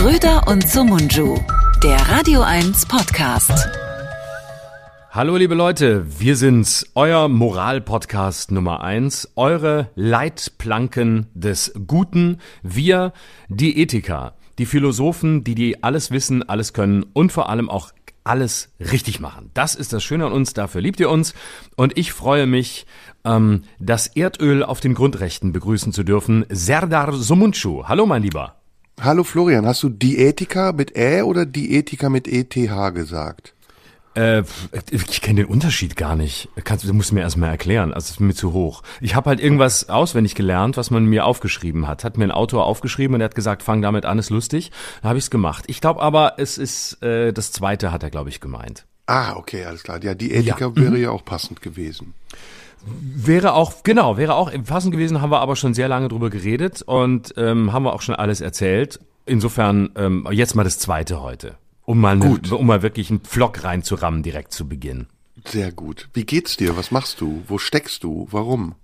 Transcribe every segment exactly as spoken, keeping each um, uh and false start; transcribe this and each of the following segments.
Schröder und Somunju, der Radio eins Podcast. Hallo liebe Leute, wir sind's, euer Moral-Podcast Nummer eins, eure Leitplanken des Guten, wir, die Ethiker, die Philosophen, die die alles wissen, alles können und vor allem auch alles richtig machen. Das ist das Schöne an uns, dafür liebt ihr uns und ich freue mich, ähm, das Erdöl auf den Grundrechten begrüßen zu dürfen, Serdar Somuncu. Hallo mein Lieber. Hallo Florian, hast du Diätika mit Ä oder Diätika mit E T H gesagt? Äh, ich kenne den Unterschied gar nicht. Kannst, du musst mir erst mal erklären, also es ist mir zu hoch. Ich habe halt irgendwas auswendig gelernt, was man mir aufgeschrieben hat. Hat mir ein Autor aufgeschrieben und er hat gesagt, fang damit an, ist lustig. Da habe ich es gemacht. Ich glaube aber, es ist, äh, das Zweite hat er, glaube ich, gemeint. Ah, okay, alles klar. Ja, Diätika ja. wäre mhm. ja auch passend gewesen. Wäre auch, genau, wäre auch passend gewesen, haben wir aber schon sehr lange drüber geredet und ähm, haben wir auch schon alles erzählt. Insofern ähm, jetzt mal das Zweite heute. Um mal, eine, um mal wirklich einen Pflock reinzurammen direkt zu Beginn. Sehr gut. Wie geht's dir? Was machst du? Wo steckst du? Warum?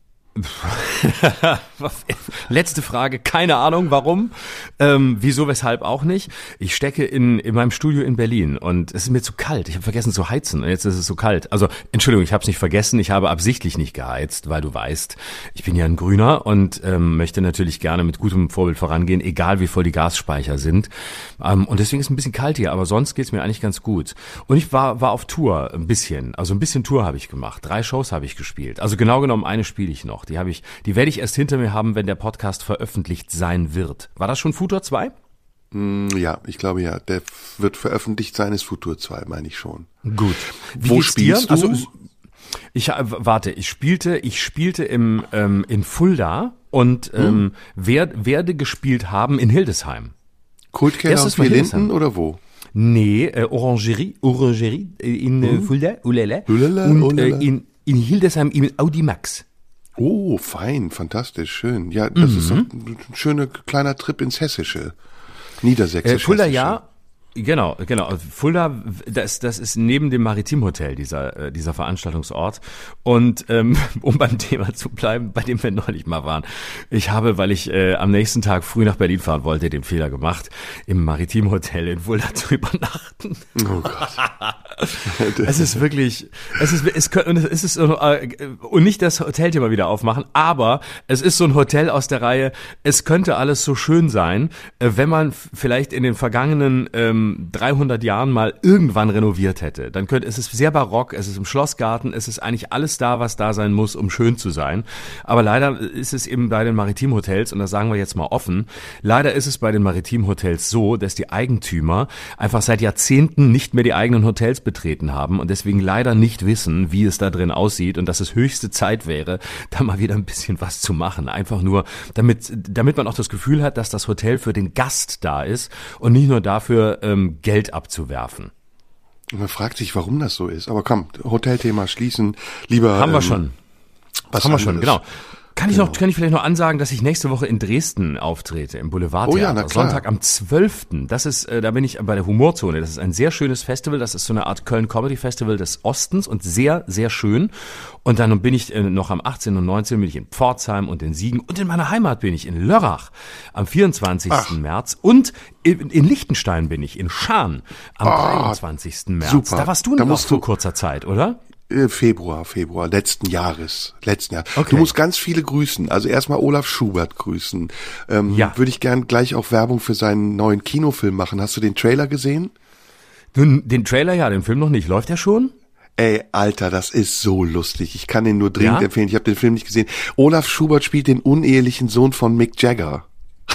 Letzte Frage, keine Ahnung warum, ähm, wieso, weshalb auch nicht. Ich stecke in, in meinem Studio in Berlin und es ist mir zu kalt. Ich habe vergessen zu heizen und jetzt ist es so kalt. Also Entschuldigung, ich habe es nicht vergessen, ich habe absichtlich nicht geheizt, weil du weißt, ich bin ja ein Grüner und ähm, möchte natürlich gerne mit gutem Vorbild vorangehen, egal wie voll die Gasspeicher sind. Ähm, und deswegen ist es ein bisschen kalt hier, aber sonst geht's mir eigentlich ganz gut. Und ich war, war auf Tour ein bisschen, also ein bisschen Tour habe ich gemacht. Drei Shows habe ich gespielt. Also genau genommen eine spiele ich noch. Die habe ich, die werde ich erst hinter mir haben, wenn der Podcast veröffentlicht sein wird. War das schon Futur zwei? Mm, ja, ich glaube ja. Der wird veröffentlicht sein, ist Futur zwei, meine ich schon. Gut. Wie Wo spielst dir? du? Also, ich warte, ich spielte, ich spielte im ähm, in Fulda und ähm, hm. werd, werde gespielt haben in Hildesheim. Kultkeller und Vier Linden oder wo? Nee, äh, Orangerie, Orangerie in äh, Fulda, ulala, ulala, und ulala. Äh, in in Hildesheim im Audimax. Oh, fein, fantastisch, schön. Ja, das mhm. ist doch ein schöner kleiner Trip ins Hessische, Niedersächsische. Äh, Fulda, ja. Genau, genau. Fulda, das, das ist neben dem Maritimhotel dieser dieser Veranstaltungsort. Und ähm, um beim Thema zu bleiben, bei dem wir neulich mal waren, ich habe, weil ich äh, am nächsten Tag früh nach Berlin fahren wollte, den Fehler gemacht, im Maritimhotel in Fulda zu übernachten. Oh Gott. Es ist wirklich, es ist, es könnte, es ist so, äh, und nicht das Hotelthema wieder aufmachen, aber es ist so ein Hotel aus der Reihe. Es könnte alles so schön sein, äh, wenn man vielleicht in den vergangenen ähm, dreihundert Jahren mal irgendwann renoviert hätte. Dann könnte, es ist sehr barock, es ist im Schlossgarten, es ist eigentlich alles da, was da sein muss, um schön zu sein. Aber leider ist es eben bei den Maritimhotels, und das sagen wir jetzt mal offen, leider ist es bei den Maritimhotels so, dass die Eigentümer einfach seit Jahrzehnten nicht mehr die eigenen Hotels betreten haben und deswegen leider nicht wissen, wie es da drin aussieht und dass es höchste Zeit wäre, da mal wieder ein bisschen was zu machen. Einfach nur, damit, damit man auch das Gefühl hat, dass das Hotel für den Gast da ist und nicht nur dafür, Geld abzuwerfen. Man fragt sich, warum das so ist. Aber komm, Hotelthema schließen. Lieber. Haben wir ähm, schon. Was haben wir schon, genau. Kann ich genau. noch, kann ich vielleicht noch ansagen, dass ich nächste Woche in Dresden auftrete, im Boulevardtheater. Oh ja, na klar. Sonntag am zwölften Das ist, äh, da bin ich bei der Humorzone. Das ist ein sehr schönes Festival. Das ist so eine Art Köln Comedy Festival des Ostens und sehr, sehr schön. Und dann bin ich äh, noch am achtzehnten und neunzehnten bin ich in Pforzheim und in Siegen und in meiner Heimat bin ich in Lörrach am vierundzwanzigsten Ach. März und in, in Liechtenstein bin ich in Schaan am oh, dreiundzwanzigsten März. Super. Da warst du noch vor kurzer Zeit, oder? Februar, Februar letzten Jahres, letzten Jahr. Okay. Du musst ganz viele grüßen. Also erstmal Olaf Schubert grüßen. Ähm, ja. Würde ich gern gleich auch Werbung für seinen neuen Kinofilm machen. Hast du den Trailer gesehen? Den, den Trailer, ja, den Film noch nicht. Läuft der schon? Ey, Alter, das ist so lustig. Ich kann den nur dringend Ja? empfehlen. Ich habe den Film nicht gesehen. Olaf Schubert spielt den unehelichen Sohn von Mick Jagger.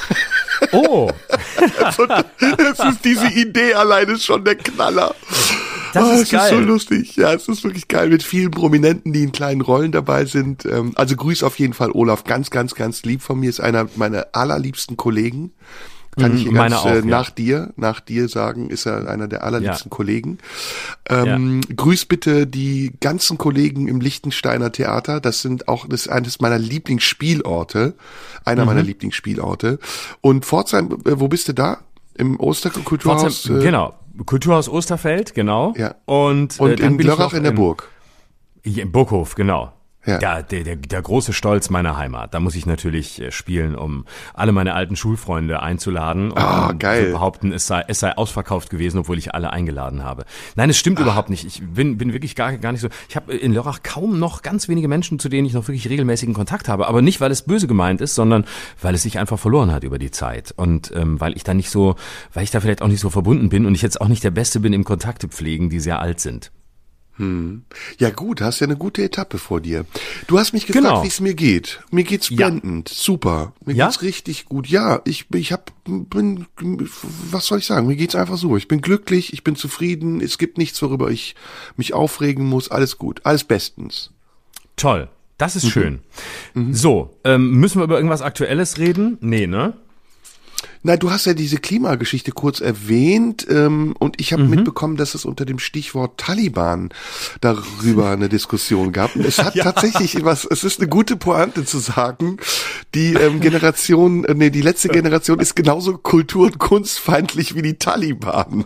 Oh. das ist diese Idee alleine ist schon der Knaller. Das oh, ist es geil. ist so lustig. Ja, es ist wirklich geil mit vielen Prominenten, die in kleinen Rollen dabei sind. Also grüß auf jeden Fall Olaf. Ganz, ganz, ganz lieb von mir. Ist einer meiner allerliebsten Kollegen. Kann ich hier Meine ganz auch, äh, ja. nach dir, nach dir sagen, ist er einer der allerliebsten Ja. Kollegen. Ähm, ja. Grüß bitte die ganzen Kollegen im Liechtensteiner Theater. Das sind auch, das ist eines meiner Lieblingsspielorte. Einer mhm. meiner Lieblingsspielorte. Und Pforzheim, äh, wo bist du da? Im Osterkulturhaus? Pforzheim, äh, genau. Kulturhaus Osterfeld, genau. Ja. Und, Und äh, dann in bin Lörrach ich noch in der Burg. Hier im Burghof, genau. Ja. Der, der, der, der große Stolz meiner Heimat. Da muss ich natürlich äh, spielen, um alle meine alten Schulfreunde einzuladen und Ah, um geil. zu behaupten, es sei, es sei ausverkauft gewesen, obwohl ich alle eingeladen habe. Nein, es stimmt Ach. überhaupt nicht. Ich bin, bin wirklich gar, gar nicht so. Ich habe in Lörrach kaum noch ganz wenige Menschen, zu denen ich noch wirklich regelmäßigen Kontakt habe. Aber nicht, weil es böse gemeint ist, sondern weil es sich einfach verloren hat über die Zeit. Und ähm, weil ich da nicht so, weil ich da vielleicht auch nicht so verbunden bin und ich jetzt auch nicht der Beste bin im Kontakte pflegen, die sehr alt sind. Hm. Ja gut, hast ja eine gute Etappe vor dir. Du hast mich gefragt, Genau. wie es mir geht. Mir geht's blendend, ja. super. Mir ja? geht's richtig gut. Ja, ich ich hab bin was soll ich sagen? Mir geht's einfach so. Ich bin glücklich, ich bin zufrieden. Es gibt nichts, worüber ich mich aufregen muss. Alles gut, alles bestens. Toll, das ist mhm. schön. Mhm. So, ähm, müssen wir über irgendwas Aktuelles reden? Nee, ne? Na, du hast ja diese Klimageschichte kurz erwähnt ähm, und ich habe mhm. mitbekommen, dass es unter dem Stichwort Taliban darüber eine Diskussion gab. Und es hat ja. tatsächlich was, es ist eine gute Pointe zu sagen, die ähm, Generation, äh, nee, die letzte Generation ist genauso kultur- und kunstfeindlich wie die Taliban.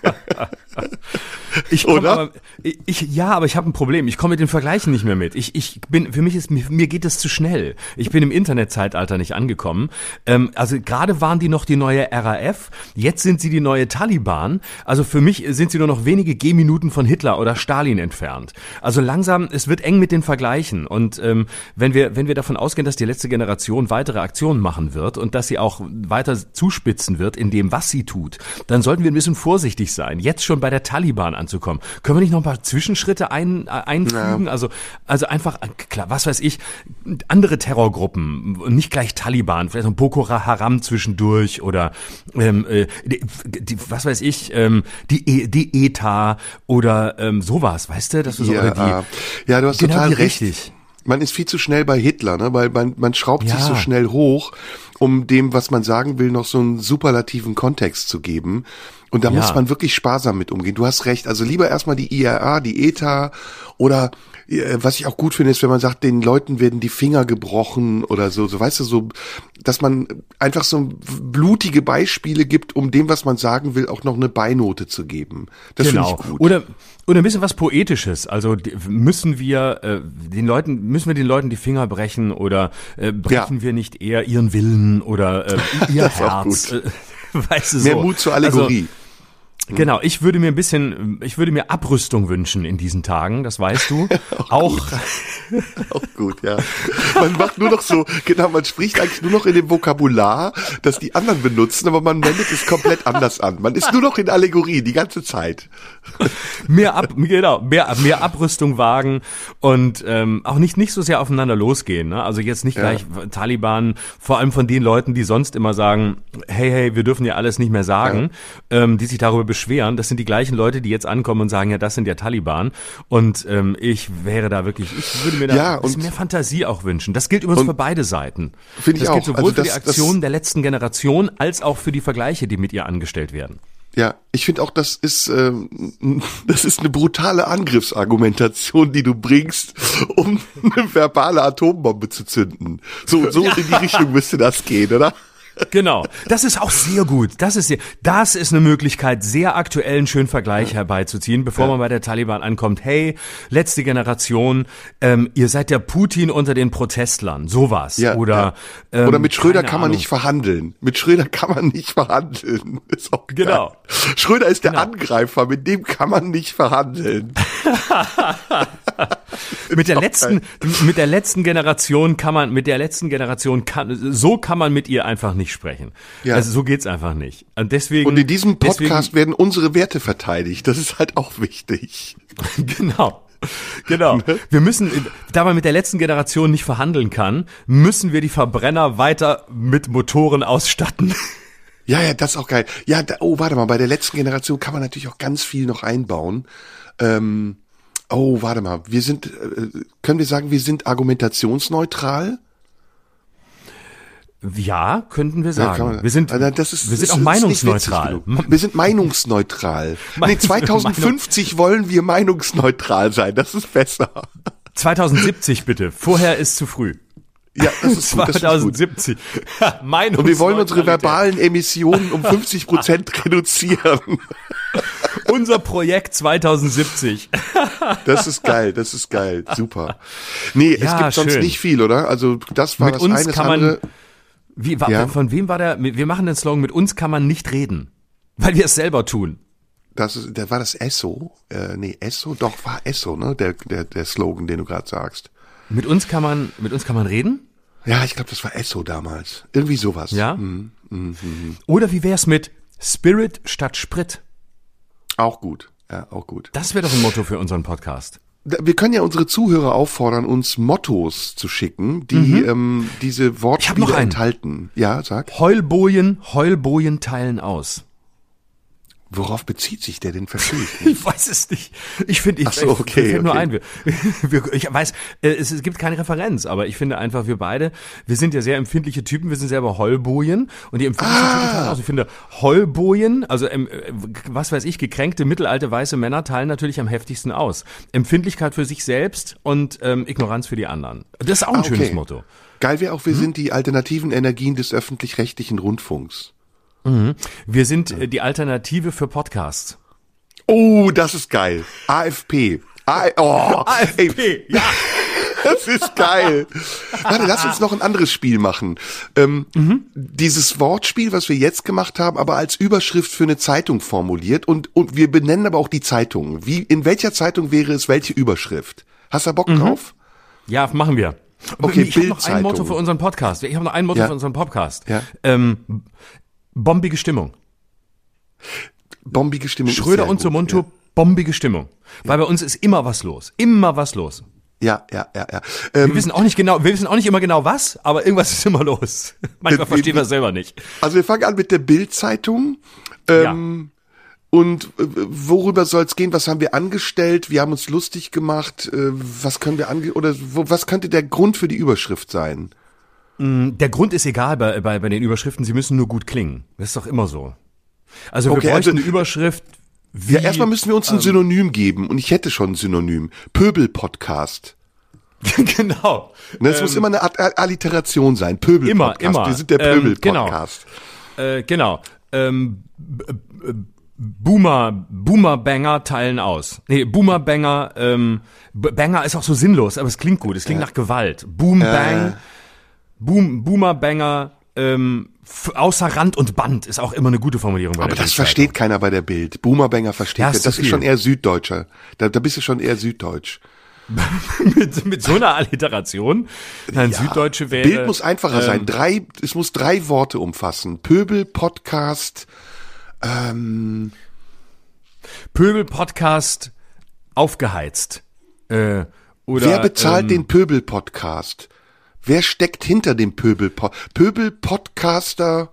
Ich komm aber, ich, ich ja, aber ich habe ein Problem. Ich komme mit den Vergleichen nicht mehr mit. Ich, ich bin, für mich ist, mir, mir geht es zu schnell. Ich bin im Internetzeitalter nicht angekommen. Ähm, also gerade waren die noch die neue R A F. Jetzt sind sie die neue Taliban. Also für mich sind sie nur noch wenige Gehminuten von Hitler oder Stalin entfernt. Also langsam, es wird eng mit den Vergleichen. Und ähm, wenn wir, wenn wir davon ausgehen, dass die letzte Generation weitere Aktionen machen wird und dass sie auch weiter zuspitzen wird in dem, was sie tut, dann sollten wir ein bisschen vorsichtig sein. Jetzt schon bei der Taliban anzukommen. Können wir nicht noch ein paar Zwischenschritte ein, äh, einfügen? Ja. Also, also einfach, klar, was weiß ich, andere Terrorgruppen, nicht gleich Taliban, vielleicht noch Boko Haram zwischendurch oder ähm, äh, die, die, was weiß ich, ähm, die, e, die E T A oder ähm, sowas, weißt du? Dass du so, ja, oder die, ja, du hast genau, total die recht. Richtig. Man ist viel zu schnell bei Hitler, ne? Weil man, man schraubt Ja. sich so schnell hoch, um dem, was man sagen will, noch so einen superlativen Kontext zu geben. Und da Ja. muss man wirklich sparsam mit umgehen. Du hast recht. Also lieber erstmal die I R A, die E T A oder äh, was ich auch gut finde, ist, wenn man sagt, den Leuten werden die Finger gebrochen oder so, so weißt du, so, dass man einfach so blutige Beispiele gibt, um dem, was man sagen will, auch noch eine Beinote zu geben. Das Genau. finde ich gut. Oder oder ein bisschen was Poetisches. Also die, müssen wir äh, den Leuten müssen wir den Leuten die Finger brechen oder äh, brechen Ja. wir nicht eher ihren Willen oder äh, ihr Das ist auch Herz? gut. Äh, weißt du, so. Mehr Mut zur Allegorie. Also, genau, ich würde mir ein bisschen, ich würde mir Abrüstung wünschen in diesen Tagen, das weißt du. auch auch Auch gut, ja. Man macht nur noch so, genau, man spricht eigentlich nur noch in dem Vokabular, das die anderen benutzen, aber man wendet es komplett anders an. Man ist nur noch in Allegorie die ganze Zeit. mehr ab, genau, mehr, mehr Abrüstung wagen und ähm, auch nicht nicht so sehr aufeinander losgehen. Ne? Also jetzt nicht Ja. gleich Taliban, vor allem von den Leuten, die sonst immer sagen, hey, hey, wir dürfen ja alles nicht mehr sagen, ja. ähm, die sich darüber beschweren. Das sind die gleichen Leute, die jetzt ankommen und sagen, ja, das sind ja Taliban. Und ähm, ich wäre da wirklich, ich würde mir da Ja, ein bisschen und- mehr Fantasie auch wünschen. Das gilt übrigens für beide Seiten. Finde ich das gilt auch. sowohl Also für die das- Aktionen das- der letzten Generation als auch für die Vergleiche, die mit ihr angestellt werden. Ja, ich finde auch, das ist ähm, das ist eine brutale Angriffsargumentation, die du bringst, um eine verbale Atombombe zu zünden. So so in die Richtung müsste das gehen, oder? Genau, das ist auch sehr gut. Das ist sehr, das ist eine Möglichkeit, sehr aktuellen schönen Vergleich ja. herbeizuziehen, bevor ja. man bei der Taliban ankommt. Hey, letzte Generation, ähm, ihr seid der Putin unter den Protestlern, sowas. Ja, oder ja. Ähm, oder mit Schröder keine kann man Ahnung. nicht verhandeln. Mit Schröder kann man nicht verhandeln. Ist auch geil. Genau. Schröder ist der Genau. Angreifer, mit dem kann man nicht verhandeln. mit der auch letzten, mit der letzten Generation kann man, mit der letzten Generation kann, so kann man mit ihr einfach nicht sprechen. Ja. Also so geht's einfach nicht. Und deswegen. Und in diesem Podcast deswegen, werden unsere Werte verteidigt. Das ist halt auch wichtig. Genau. Genau. Wir müssen, da man mit der letzten Generation nicht verhandeln kann, müssen wir die Verbrenner weiter mit Motoren ausstatten. Ja, ja, das ist auch geil. Ja, da, oh, warte mal, bei der letzten Generation kann man natürlich auch ganz viel noch einbauen. Ähm, oh, warte mal, wir sind, äh, können wir sagen, wir sind argumentationsneutral? Ja, könnten wir sagen. Ja, man, wir sind, also das ist, wir sind ist, auch ist meinungsneutral. Wir sind meinungsneutral. Nee, zwanzig fünfzig wollen wir meinungsneutral sein. Das ist besser. zwanzig siebzig bitte. Vorher ist zu früh. Ja, das ist gut. Das zwanzig siebzig. Und wir wollen unsere verbalen Emissionen um fünfzig Prozent reduzieren. Unser Projekt zweitausendsiebzig. Das ist geil, das ist geil, super. Nee, Ja, es gibt sonst schön. nicht viel, oder? Also das war Mit das uns eine, das kann man- andere. Wie, war, Ja. Von wem war der? Wir machen den Slogan, mit uns kann man nicht reden. Weil wir es selber tun. Das ist, der war das Esso? Äh, nee, Esso, doch, war Esso, ne? Der, der, der Slogan, den du gerade sagst. Mit uns kann man, mit uns kann man reden? Ja, ich glaube, das war Esso damals. Irgendwie sowas. Ja? Mhm, mhm, mhm. Oder wie wär's mit Spirit statt Sprit? Auch gut. Ja, auch gut. Das wäre doch ein Motto für unseren Podcast. Da- Wir können ja unsere Zuhörer auffordern, uns Mottos zu schicken, die ähm, diese Ich hab noch Wortspiele einen. enthalten. Ja, sag. Heulbojen, Heulbojen teilen aus. Worauf bezieht sich der denn? Verstehe ich nicht. Ich weiß es nicht. Ich finde, ich, Ach so, okay, mir fällt nur okay. ein. Wir, wir, ich weiß, äh, es, es gibt keine Referenz, aber ich finde einfach, wir beide, wir sind ja sehr empfindliche Typen, wir sind selber Heulbojen und die empfindlichen Ah. Typen teilen aus. Ich finde, Heulbojen, also ähm, äh, was weiß ich, gekränkte mittelalte weiße Männer teilen natürlich am heftigsten aus. Empfindlichkeit für sich selbst und ähm, Ignoranz für die anderen. Das ist auch ein Ah, okay. schönes Motto. Geil wäre auch, wir sind die alternativen Energien des öffentlich-rechtlichen Rundfunks. Wir sind äh, die Alternative für Podcasts. Oh, das ist geil. A F P. A oh, ey, ja. das ist geil. Warte, lass uns noch ein anderes Spiel machen. Ähm, Dieses Wortspiel, was wir jetzt gemacht haben, aber als Überschrift für eine Zeitung formuliert und, und wir benennen aber auch die Zeitung. Wie, in welcher Zeitung wäre es welche Überschrift? Hast du da Bock drauf? Ja, machen wir. Okay, ich habe noch ein Bild-Zeitung. Motto für unseren Podcast. Ich habe noch ein Motto Ja. für unseren Podcast. Ja. Ähm, bombige Stimmung. Bombige Stimmung. ist Schröder sehr und gut, Sumunto, bombige Stimmung. Weil bei uns ist immer was los. Immer was los. Ja, ja, ja, ja. Wir Ähm, wissen auch nicht genau, wir wissen auch nicht immer genau was, aber irgendwas ist immer los. Manchmal Wir- verstehen wir wir- es selber nicht. also wir fangen an mit der Bild-Zeitung. Ähm, Und äh, worüber soll es gehen? Was haben wir angestellt? Wir haben uns lustig gemacht. Äh, was können wir ange oder wo, was könnte der Grund für die Überschrift sein? Der Grund ist egal bei, bei, bei den Überschriften, sie müssen nur gut klingen. Das ist doch immer so. Also wir Okay, bräuchten also- eine Überschrift wie... Ja, erstmal müssen wir uns ein Synonym geben. Und ich hätte schon ein Synonym. Pöbel-Podcast. genau. Ne, es muss immer eine Art A- Alliteration sein. Pöbel-Podcast. Immer, immer. Wir sind der Ähm, Pöbel-Podcast. Äh, genau. Ähm, b- b- Boomer, Boomer-Banger teilen aus. Nee, Boomer-Banger, ähm, B- Banger ist auch so sinnlos, aber es klingt gut. Es klingt nach Gewalt. Boom-Bang, Boom, Boomer-Banger, ähm, f- außer Rand und Band ist auch immer eine gute Formulierung. Bei Aber der das Bildzeitung. versteht keiner bei der Bild. Boomerbanger versteht Ja, das. ist Das zu ist viel. schon eher Süddeutscher. Da, da bist du schon eher Süddeutsch. mit, mit so einer Alliteration. Nein, Ja, Süddeutsche wäre... Bild muss einfacher ähm, sein. Drei, es muss drei Worte umfassen. Pöbel, Podcast, ähm, Pöbel-Podcast aufgeheizt. Äh, oder, wer bezahlt ähm, den Pöbel-Podcast? Wer steckt hinter dem Pöbel-Podcast? Pöbel-Podcaster,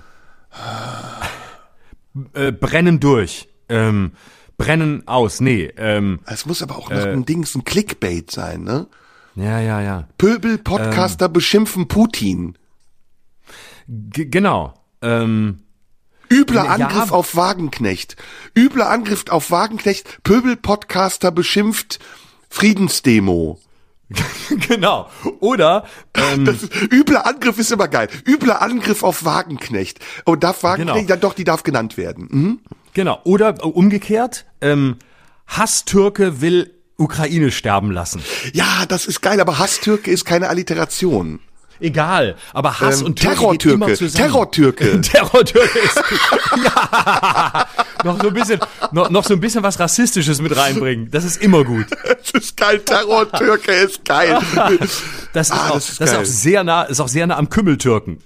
äh, brennen durch. Ähm, brennen aus. Nee, ähm, es muss aber auch noch Äh. ein Dings, ein Clickbait sein, ne? ja, ja, ja. Pöbel-Podcaster Ähm. beschimpfen Putin. G genau. Ähm, Übler Ja. Angriff auf Wagenknecht. Übler Angriff auf Wagenknecht. Pöbel-Podcaster beschimpft Friedensdemo. genau. Oder, ähm, Das ist, übler Angriff ist immer geil. Übler Angriff auf Wagenknecht. Oh, darf Wagenknecht? Genau. Ja doch, die darf genannt werden. Mhm. genau. Oder äh, umgekehrt, ähm, Hasstürke will Ukraine sterben lassen. Ja, das ist geil, aber Hasstürke ist keine Alliteration. Egal, aber Hass Ähm, und Türke geht Terrortürke. immer zusammen. Terrortürke. Terrortürke ist ja noch so ein bisschen noch, noch so ein bisschen was Rassistisches mit reinbringen. Das ist immer gut. Das ist geil. Terrortürke ist geil. Das ist, Ah, auch, das ist das ist geil. auch sehr nah, ist auch sehr nah am Kümmeltürken.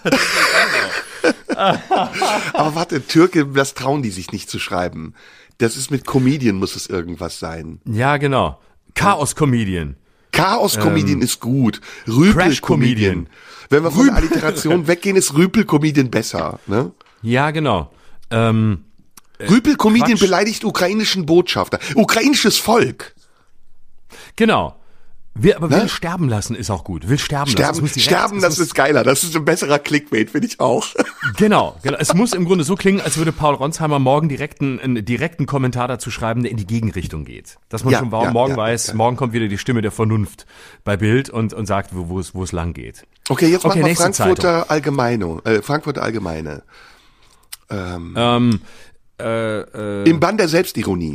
Aber warte, Türke, das trauen die sich nicht zu schreiben. Das ist mit Comedian muss es irgendwas sein. Ja, genau. Chaos-Comedian. Chaos-Comedian ist gut. Crash-Comedian. Rüpel-Comedian. Wenn wir von der Alliteration weggehen, ist Rüpel-Comedian besser. Ne? Ja, genau. Ähm, Rüpel-Comedian Quatsch. beleidigt ukrainischen Botschafter. Ukrainisches Volk. genau. Will, aber Ne? will sterben lassen ist auch gut. Will sterben, lassen. Es Sterben, muss direkt- sterben, es das muss, ist geiler. Das ist ein besserer Clickbait, finde ich auch. Genau, genau. Es muss im Grunde so klingen, als würde Paul Ronsheimer morgen direkten, einen direkten Kommentar dazu schreiben, der in die Gegenrichtung geht. Dass man Ja, schon morgen, ja, morgen ja, weiß, ja. morgen kommt wieder die Stimme der Vernunft bei Bild und, und sagt, wo, wo es, wo es lang geht. Okay, jetzt Okay, machen wir nächste Frankfurter Allgemeine. Äh, Frankfurter Allgemeine. Ähm, Ähm, Äh, äh, Im Bann der Selbstironie.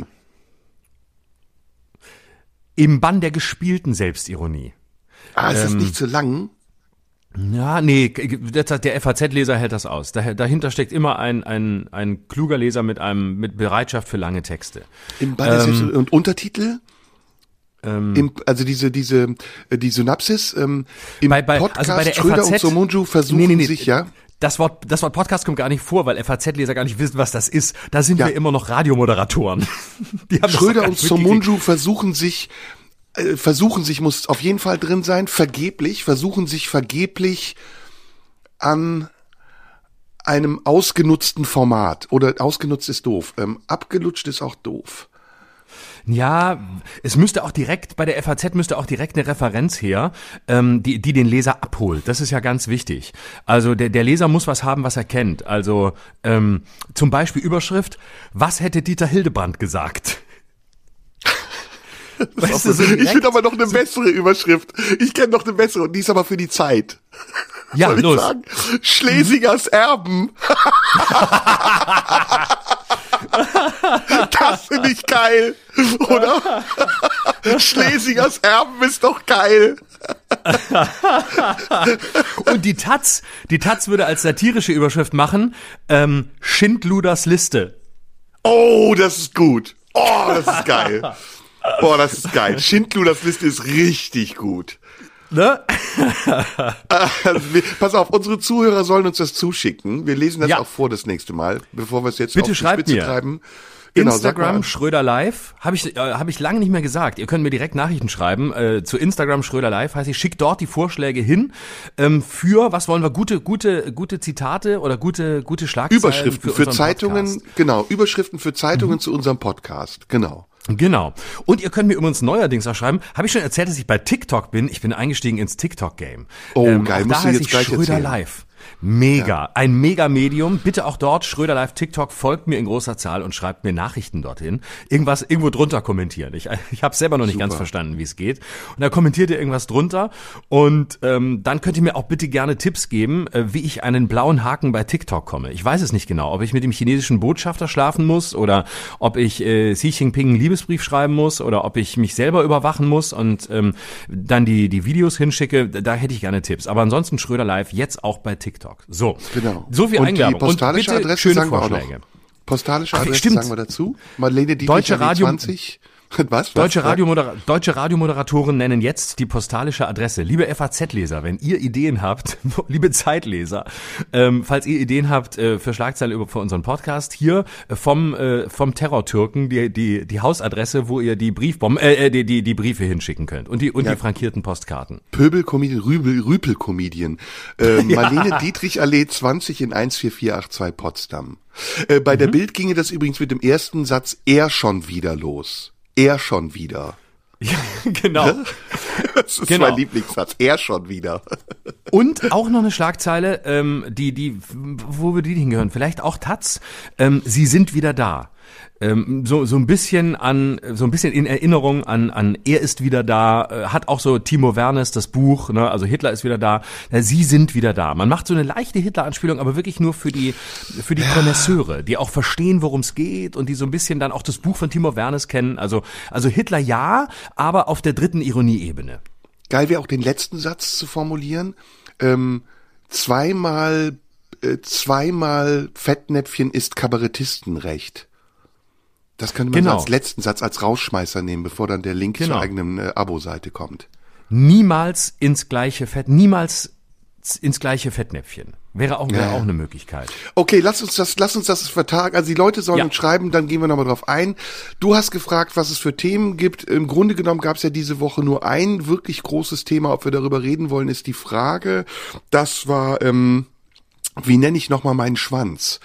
Im Bann der gespielten Selbstironie. Ah, ist Ähm, das nicht zu lang? Ja, nee, der, der F A Z-Leser hält das aus. Da, dahinter steckt immer ein, ein, ein kluger Leser mit einem mit Bereitschaft für lange Texte. Im Bann der Ähm, Selbstironie. Und Untertitel? Ähm, Im, also diese diese äh, die Synapsis ähm, im Bei- bei- Podcast also bei der Schröder F A Z und Somunju versuchen Nee, nee, nee. sich ja Das Wort, das Wort Podcast kommt gar nicht vor, weil F A Z-Leser gar nicht wissen, was das ist. Da sind Ja. wir immer noch Radiomoderatoren. Die haben das doch Schröder gar und nicht mitgekriegt. Somunju versuchen sich äh, versuchen sich muss auf jeden Fall drin sein, vergeblich, versuchen sich vergeblich an einem ausgenutzten Format oder ausgenutzt ist doof, ähm, abgelutscht ist auch doof. Ja, es müsste auch direkt, bei der F A Z müsste auch direkt eine Referenz her, ähm, die, die den Leser abholt. Das ist ja ganz wichtig. Also der, der Leser muss was haben, was er kennt. Also ähm, zum Beispiel Überschrift, was hätte Dieter Hildebrand gesagt? Weißt du, so ich direkt- finde aber noch eine bessere Überschrift. Ich kenne noch eine bessere und die ist aber für die Zeit. Ja, Soll ich los. sagen? Schlesingers Erben. Das finde ich geil, oder? Schlesingers Erben ist doch geil. Und die Taz, die Taz würde als satirische Überschrift machen, ähm, Schindluders Liste. Oh, das ist gut. Oh, das ist geil. Boah, das ist geil. Schindluders Liste ist richtig gut. Ne? Also, wir, pass auf, unsere Zuhörer sollen uns das zuschicken. Wir lesen das Ja. auch vor das nächste Mal, bevor wir es jetzt Bitte auf die schreibt Spitze mir. treiben. Genau, sag Instagram mal. Schröder Live, habe ich äh, habe ich lange nicht mehr gesagt. Ihr könnt mir direkt Nachrichten schreiben äh, zu Instagram Schröder Live, heißt ich, schickt dort die Vorschläge hin ähm, für, was wollen wir, gute gute gute Zitate oder gute gute Schlagzeilen Überschriften für, unseren Zeitungen, Podcast. genau, Überschriften für Zeitungen Mhm. zu unserem Podcast, genau. Genau. Und ihr könnt mir übrigens neuerdings auch schreiben, habe ich schon erzählt, dass ich bei TikTok bin? Ich bin eingestiegen ins TikTok-Game. Oh, ähm, geil, auch musst da du heiße jetzt ich gleich Schröder erzählen. Live. Mega, ein Mega-Medium. Bitte auch dort, Schröder Live TikTok, folgt mir in großer Zahl und schreibt mir Nachrichten dorthin. Irgendwas irgendwo drunter kommentieren. Ich, ich habe selber noch nicht Super. ganz verstanden, wie es geht. Und da kommentiert ihr irgendwas drunter. Und ähm, dann könnt ihr mir auch bitte gerne Tipps geben, äh, wie ich einen blauen Haken bei TikTok komme. Ich weiß es nicht genau, ob ich mit dem chinesischen Botschafter schlafen muss oder ob ich äh, Xi Jinping einen Liebesbrief schreiben muss oder ob ich mich selber überwachen muss und ähm, dann die, die Videos hinschicke. Da hätte ich gerne Tipps. Aber ansonsten Schröder Live jetzt auch bei TikTok. So, Genau. so viel und Eigenwerbung. die postalische und bitte Adresse schöne sagen wir auch Vorschläge. noch. Postalische Ach, Adresse stimmt. sagen wir dazu. Marlene Dietrich Deutsche Radio- zwanzig. Was? was? Deutsche, was? Radiomodera- Deutsche Radiomoderatoren nennen jetzt die postalische Adresse. Liebe F A Z-Leser, wenn ihr Ideen habt, liebe Zeitleser, ähm, falls ihr Ideen habt äh, für Schlagzeilen über für unseren Podcast, hier äh, vom äh, vom Terror-Türken die die die Hausadresse, wo ihr die Briefbomben, äh, die die die Briefe hinschicken könnt und die und Ja. die frankierten Postkarten. Pöbel-Comedian, Rübel, Rüpel-Comedian. Äh, Marlene Dietrich Allee zwanzig in eins vier vier acht zwei Potsdam. Äh, bei Mhm. der Bild ginge das übrigens mit dem ersten Satz er schon wieder los. Er schon wieder. Ja, genau. Das ist Genau. mein Lieblingssatz. Er schon wieder. Und auch noch eine Schlagzeile, ähm, die, die, wo wir die hingehören? Vielleicht auch Taz. Ähm, sie sind wieder da. Ähm, so, so ein bisschen an, so ein bisschen in Erinnerung an, an Er ist wieder da, äh, hat auch so Timo Wernes das Buch, ne, also Hitler ist wieder da, äh, sie sind wieder da. Man macht so eine leichte Hitler-Anspielung, aber wirklich nur für die, für die Konnoisseure, die auch verstehen, worum es geht und die so ein bisschen dann auch das Buch von Timo Wernes kennen. Also, also Hitler ja, aber auf der dritten Ironieebene. Geil wäre auch den letzten Satz zu formulieren. Ähm, zweimal, äh, zweimal Fettnäpfchen ist Kabarettistenrecht. Das könnte man Genau. so als letzten Satz, als Rausschmeißer nehmen, bevor dann der Link Genau. zur eigenen äh, Abo-Seite kommt. Niemals ins gleiche Fett, niemals ins gleiche Fettnäpfchen. Wäre auch, wäre Ja. auch eine Möglichkeit. Okay, lass uns das, lass uns das vertagen. Also die Leute sollen Ja. uns schreiben, dann gehen wir nochmal drauf ein. Du hast gefragt, was es für Themen gibt. Im Grunde genommen gab es ja diese Woche nur ein wirklich großes Thema. Ob wir darüber reden wollen, ist die Frage. Das war, ähm, wie nenne ich nochmal meinen Schwanz?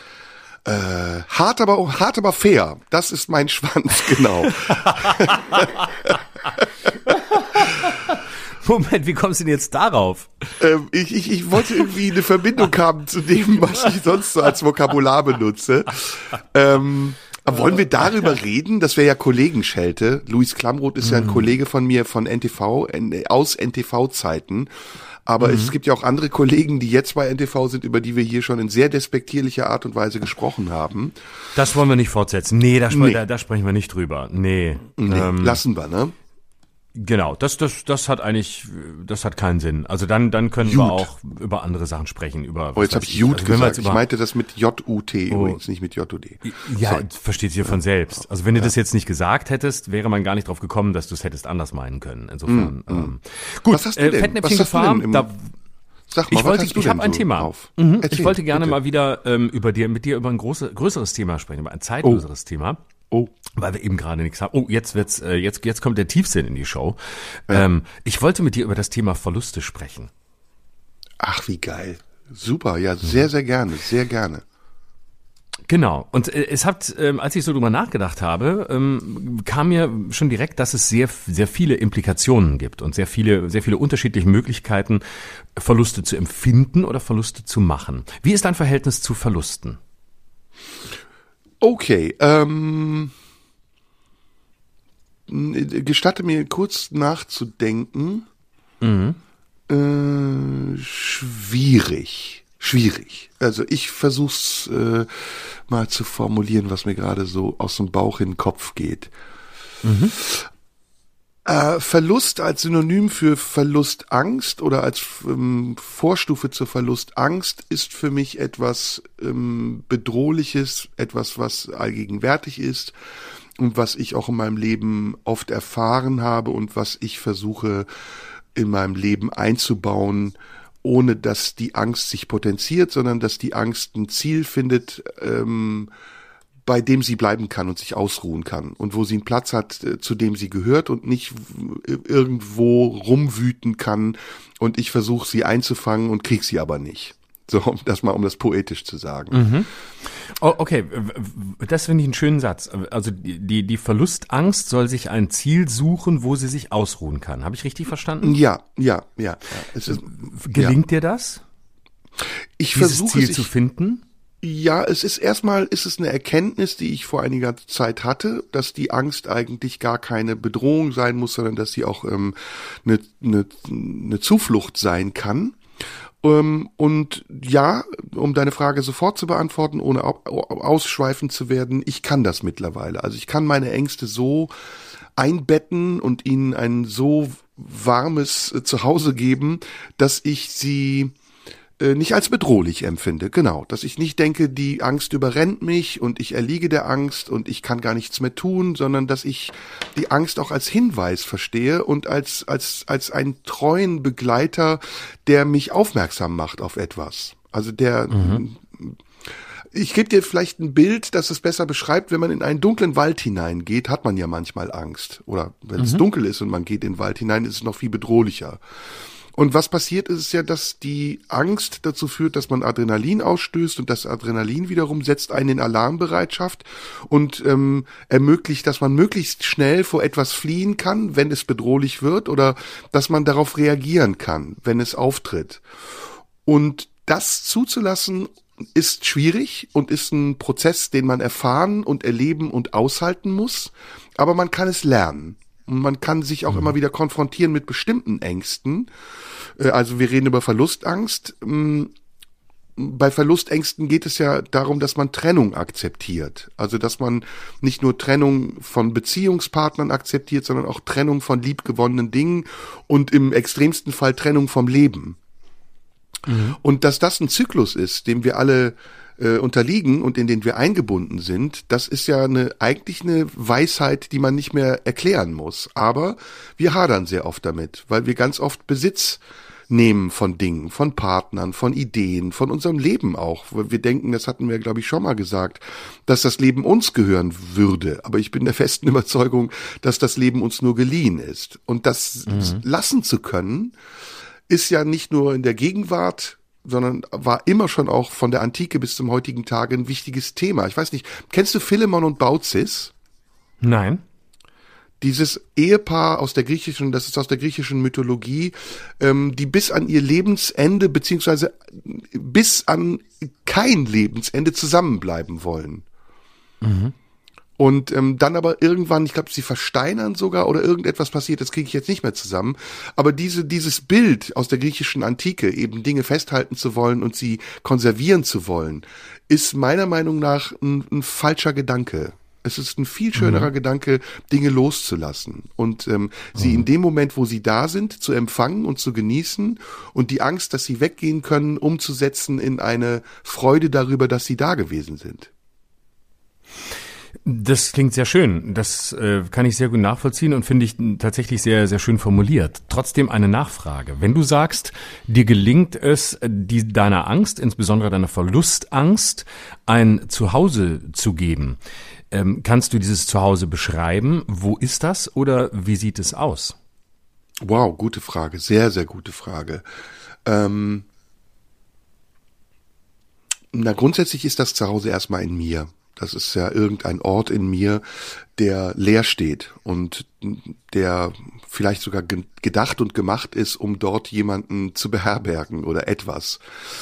Äh, hart aber, hart aber fair. Das ist mein Schwanz, genau. Moment, wie kommst du denn jetzt darauf? ähm, ich, ich, ich wollte irgendwie eine Verbindung haben zu dem, was ich sonst so als Vokabular benutze. Ähm, Aber wollen wir darüber reden? Das wäre ja Kollegenschelte. Luis Klamroth ist ja ein Kollege von mir von N T V, aus N T V-Zeiten. Aber mhm. es gibt ja auch andere Kollegen, die jetzt bei N T V sind, über die wir hier schon in sehr despektierlicher Art und Weise gesprochen haben. Das wollen wir nicht fortsetzen. Nee, da, nee. da, da sprechen wir nicht drüber. Nee. nee ähm, lassen wir, ne? Genau, das, das, das hat eigentlich, das hat keinen Sinn. Also dann, dann können Jut. wir auch über andere Sachen sprechen. Über, oh, jetzt habe ich Jut also gesagt. Ich meinte das mit J U T oh. übrigens, nicht mit J U D. Ja, Sorry. Versteht sich ja von selbst. Also wenn du ja. das jetzt nicht gesagt hättest, wäre man gar nicht drauf gekommen, dass du es hättest anders meinen können. Insofern, mm, ähm, gut. Was hast du denn? Äh, Fettnäpfchen Gefahr, da, Sag mal, ich wollte, ich habe ein so Thema. Mhm, Erzähl, ich wollte gerne bitte. mal wieder ähm, über dir, mit dir über ein große, größeres Thema sprechen, über ein zeitlöseres oh. Thema. Oh. Weil wir eben gerade nichts haben. Oh, jetzt wird's, äh, jetzt, jetzt kommt der Tiefsinn in die Show. Ja. Ähm, ich wollte mit dir über das Thema Verluste sprechen. Ach, wie geil. Super, ja, sehr, sehr gerne, sehr gerne. Genau. Und äh, es hat, ähm, als ich so drüber nachgedacht habe, ähm, kam mir schon direkt, dass es sehr, sehr viele Implikationen gibt und sehr viele, sehr viele unterschiedliche Möglichkeiten, Verluste zu empfinden oder Verluste zu machen. Wie ist dein Verhältnis zu Verlusten? Okay, ähm, gestatte mir kurz nachzudenken. Mhm. Äh, schwierig, schwierig. Also ich versuch's äh, mal zu formulieren, was mir gerade so aus dem Bauch in den Kopf geht. Mhm. Äh, Verlust als Synonym für Verlustangst oder als ähm, Vorstufe zur Verlustangst ist für mich etwas ähm, Bedrohliches, etwas, was allgegenwärtig ist und was ich auch in meinem Leben oft erfahren habe und was ich versuche in meinem Leben einzubauen, ohne dass die Angst sich potenziert, sondern dass die Angst ein Ziel findet, ähm, bei dem sie bleiben kann und sich ausruhen kann und wo sie einen Platz hat, zu dem sie gehört und nicht irgendwo rumwüten kann und ich versuche sie einzufangen und krieg sie aber nicht. So, um das mal, um das poetisch zu sagen. Mhm. Oh, okay, das finde ich einen schönen Satz. Also die, die Verlustangst soll sich ein Ziel suchen, wo sie sich ausruhen kann. Habe ich richtig verstanden? Ja, ja, ja. ja. Es ist, Gelingt ja. dir das? Ich Dieses versuche Ziel es, zu ich, finden? Ja, es ist erstmal, ist es eine Erkenntnis, die ich vor einiger Zeit hatte, dass die Angst eigentlich gar keine Bedrohung sein muss, sondern dass sie auch ähm, eine, eine, eine Zuflucht sein kann. Ähm, und ja, um deine Frage sofort zu beantworten, ohne ausschweifend zu werden, ich kann das mittlerweile. Also ich kann meine Ängste so einbetten und ihnen ein so warmes äh, Zuhause geben, dass ich sie nicht als bedrohlich empfinde, genau, dass ich nicht denke, die Angst überrennt mich und ich erliege der Angst und ich kann gar nichts mehr tun, sondern dass ich die Angst auch als Hinweis verstehe und als als als einen treuen Begleiter, der mich aufmerksam macht auf etwas. Also der mhm. Ich gebe dir vielleicht ein Bild, das es besser beschreibt, wenn man in einen dunklen Wald hineingeht, hat man ja manchmal Angst. Oder wenn mhm. es dunkel ist und man geht in den Wald hinein, ist es noch viel bedrohlicher. Und was passiert ist, ist ja, dass die Angst dazu führt, dass man Adrenalin ausstößt und das Adrenalin wiederum setzt einen in Alarmbereitschaft und ähm, ermöglicht, dass man möglichst schnell vor etwas fliehen kann, wenn es bedrohlich wird oder dass man darauf reagieren kann, wenn es auftritt. Und das zuzulassen ist schwierig und ist ein Prozess, den man erfahren und erleben und aushalten muss, aber man kann es lernen. Und man kann sich auch mhm. immer wieder konfrontieren mit bestimmten Ängsten. Also wir reden über Verlustangst. Bei Verlustängsten geht es ja darum, dass man Trennung akzeptiert. Also dass man nicht nur Trennung von Beziehungspartnern akzeptiert, sondern auch Trennung von liebgewonnenen Dingen und im extremsten Fall Trennung vom Leben. Mhm. Und dass das ein Zyklus ist, dem wir alle äh, unterliegen und in den wir eingebunden sind, das ist ja eine eigentlich eine Weisheit, die man nicht mehr erklären muss. Aber wir hadern sehr oft damit, weil wir ganz oft Besitz nehmen von Dingen, von Partnern, von Ideen, von unserem Leben auch. Wir denken, das hatten wir, glaube ich, schon mal gesagt, dass das Leben uns gehören würde. Aber ich bin der festen Überzeugung, dass das Leben uns nur geliehen ist. Und das mhm. lassen zu können, ist ja nicht nur in der Gegenwart, sondern war immer schon auch von der Antike bis zum heutigen Tage ein wichtiges Thema. Ich weiß nicht, kennst du Philemon und Baucis? Nein. Dieses Ehepaar aus der griechischen, das ist aus der griechischen Mythologie, ähm, die bis an ihr Lebensende, beziehungsweise bis an kein Lebensende zusammenbleiben wollen. Mhm. Und ähm, dann aber irgendwann, ich glaube, sie versteinern sogar oder irgendetwas passiert, das kriege ich jetzt nicht mehr zusammen. Aber diese dieses Bild aus der griechischen Antike, eben Dinge festhalten zu wollen und sie konservieren zu wollen, ist meiner Meinung nach ein, ein falscher Gedanke. Es ist ein viel schönerer mhm. Gedanke, Dinge loszulassen und ähm, mhm. sie in dem Moment, wo sie da sind, zu empfangen und zu genießen und die Angst, dass sie weggehen können, umzusetzen in eine Freude darüber, dass sie da gewesen sind. Das klingt sehr schön. Das äh, kann ich sehr gut nachvollziehen und finde ich tatsächlich sehr, sehr schön formuliert. Trotzdem eine Nachfrage. Wenn du sagst, dir gelingt es, die, deiner Angst, insbesondere deiner Verlustangst, ein Zuhause zu geben, ähm, kannst du dieses Zuhause beschreiben? Wo ist das oder wie sieht es aus? Wow, gute Frage. Sehr, sehr gute Frage. Ähm, na, grundsätzlich ist das Zuhause erstmal in mir. Das ist ja irgendein Ort in mir, der leer steht und der vielleicht sogar ge- gedacht und gemacht ist, um dort jemanden zu beherbergen oder etwas.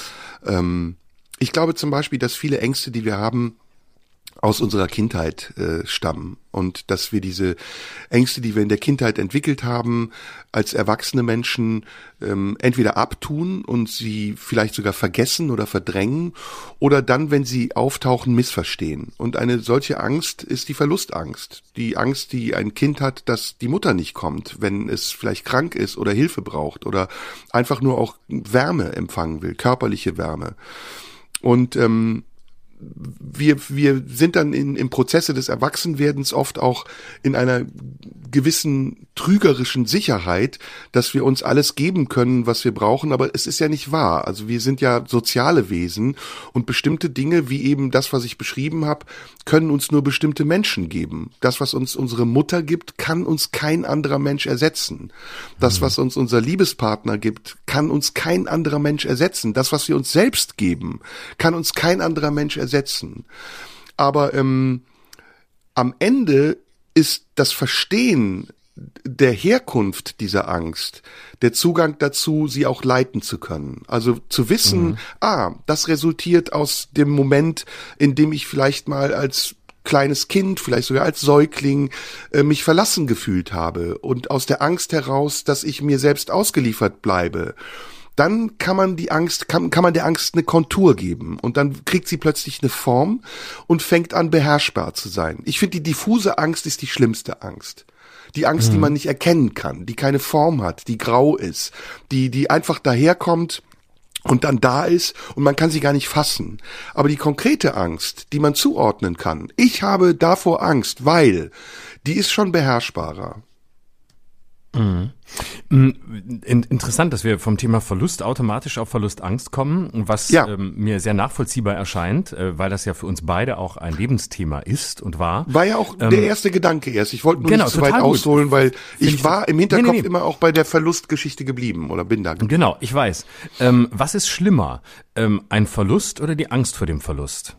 Ähm, ich glaube zum Beispiel, dass viele Ängste, die wir haben, aus unserer Kindheit äh, stammen und dass wir diese Ängste, die wir in der Kindheit entwickelt haben, als erwachsene Menschen ähm, entweder abtun und sie vielleicht sogar vergessen oder verdrängen oder dann, wenn sie auftauchen, missverstehen. Und eine solche Angst ist die Verlustangst. Die Angst, die ein Kind hat, dass die Mutter nicht kommt, wenn es vielleicht krank ist oder Hilfe braucht oder einfach nur auch Wärme empfangen will, körperliche Wärme. Und ähm, Wir, wir sind dann in, im Prozesse des Erwachsenwerdens oft auch in einer gewissen trügerischen Sicherheit, dass wir uns alles geben können, was wir brauchen, aber es ist ja nicht wahr. Also wir sind ja soziale Wesen und bestimmte Dinge, wie eben das, was ich beschrieben habe, können uns nur bestimmte Menschen geben. Das, was uns unsere Mutter gibt, kann uns kein anderer Mensch ersetzen. Das, was uns unser Liebespartner gibt, kann uns kein anderer Mensch ersetzen. Das, was wir uns selbst geben, kann uns kein anderer Mensch ersetzen. Aber ähm, am Ende ist das Verstehen der Herkunft dieser Angst der Zugang dazu, sie auch leiten zu können. Also zu wissen, mhm. ah, das resultiert aus dem Moment, in dem ich vielleicht mal als kleines Kind, vielleicht sogar als Säugling, äh, mich verlassen gefühlt habe und aus der Angst heraus, dass ich mir selbst ausgeliefert bleibe. Dann kann man die Angst, kann, kann man der Angst eine Kontur geben und dann kriegt sie plötzlich eine Form und fängt an, beherrschbar zu sein. Ich finde, die diffuse Angst ist die schlimmste Angst. Die Angst, mhm. die man nicht erkennen kann, die keine Form hat, die grau ist, die, die einfach daherkommt und dann da ist und man kann sie gar nicht fassen. Aber die konkrete Angst, die man zuordnen kann, ich habe davor Angst, weil, die ist schon beherrschbarer. Mhm. Interessant, dass wir vom Thema Verlust automatisch auf Verlustangst kommen, was ja. ähm, mir sehr nachvollziehbar erscheint, äh, weil das ja für uns beide auch ein Lebensthema ist und war. War ja auch ähm, der erste Gedanke erst. Ich wollte nur genau, nicht zu weit gut. ausholen, weil ich, ich war im Hinterkopf nee, nee, nee. immer auch bei der Verlustgeschichte geblieben oder bin da geblieben. Genau, ich weiß. Ähm, was ist schlimmer, ähm, ein Verlust oder die Angst vor dem Verlust?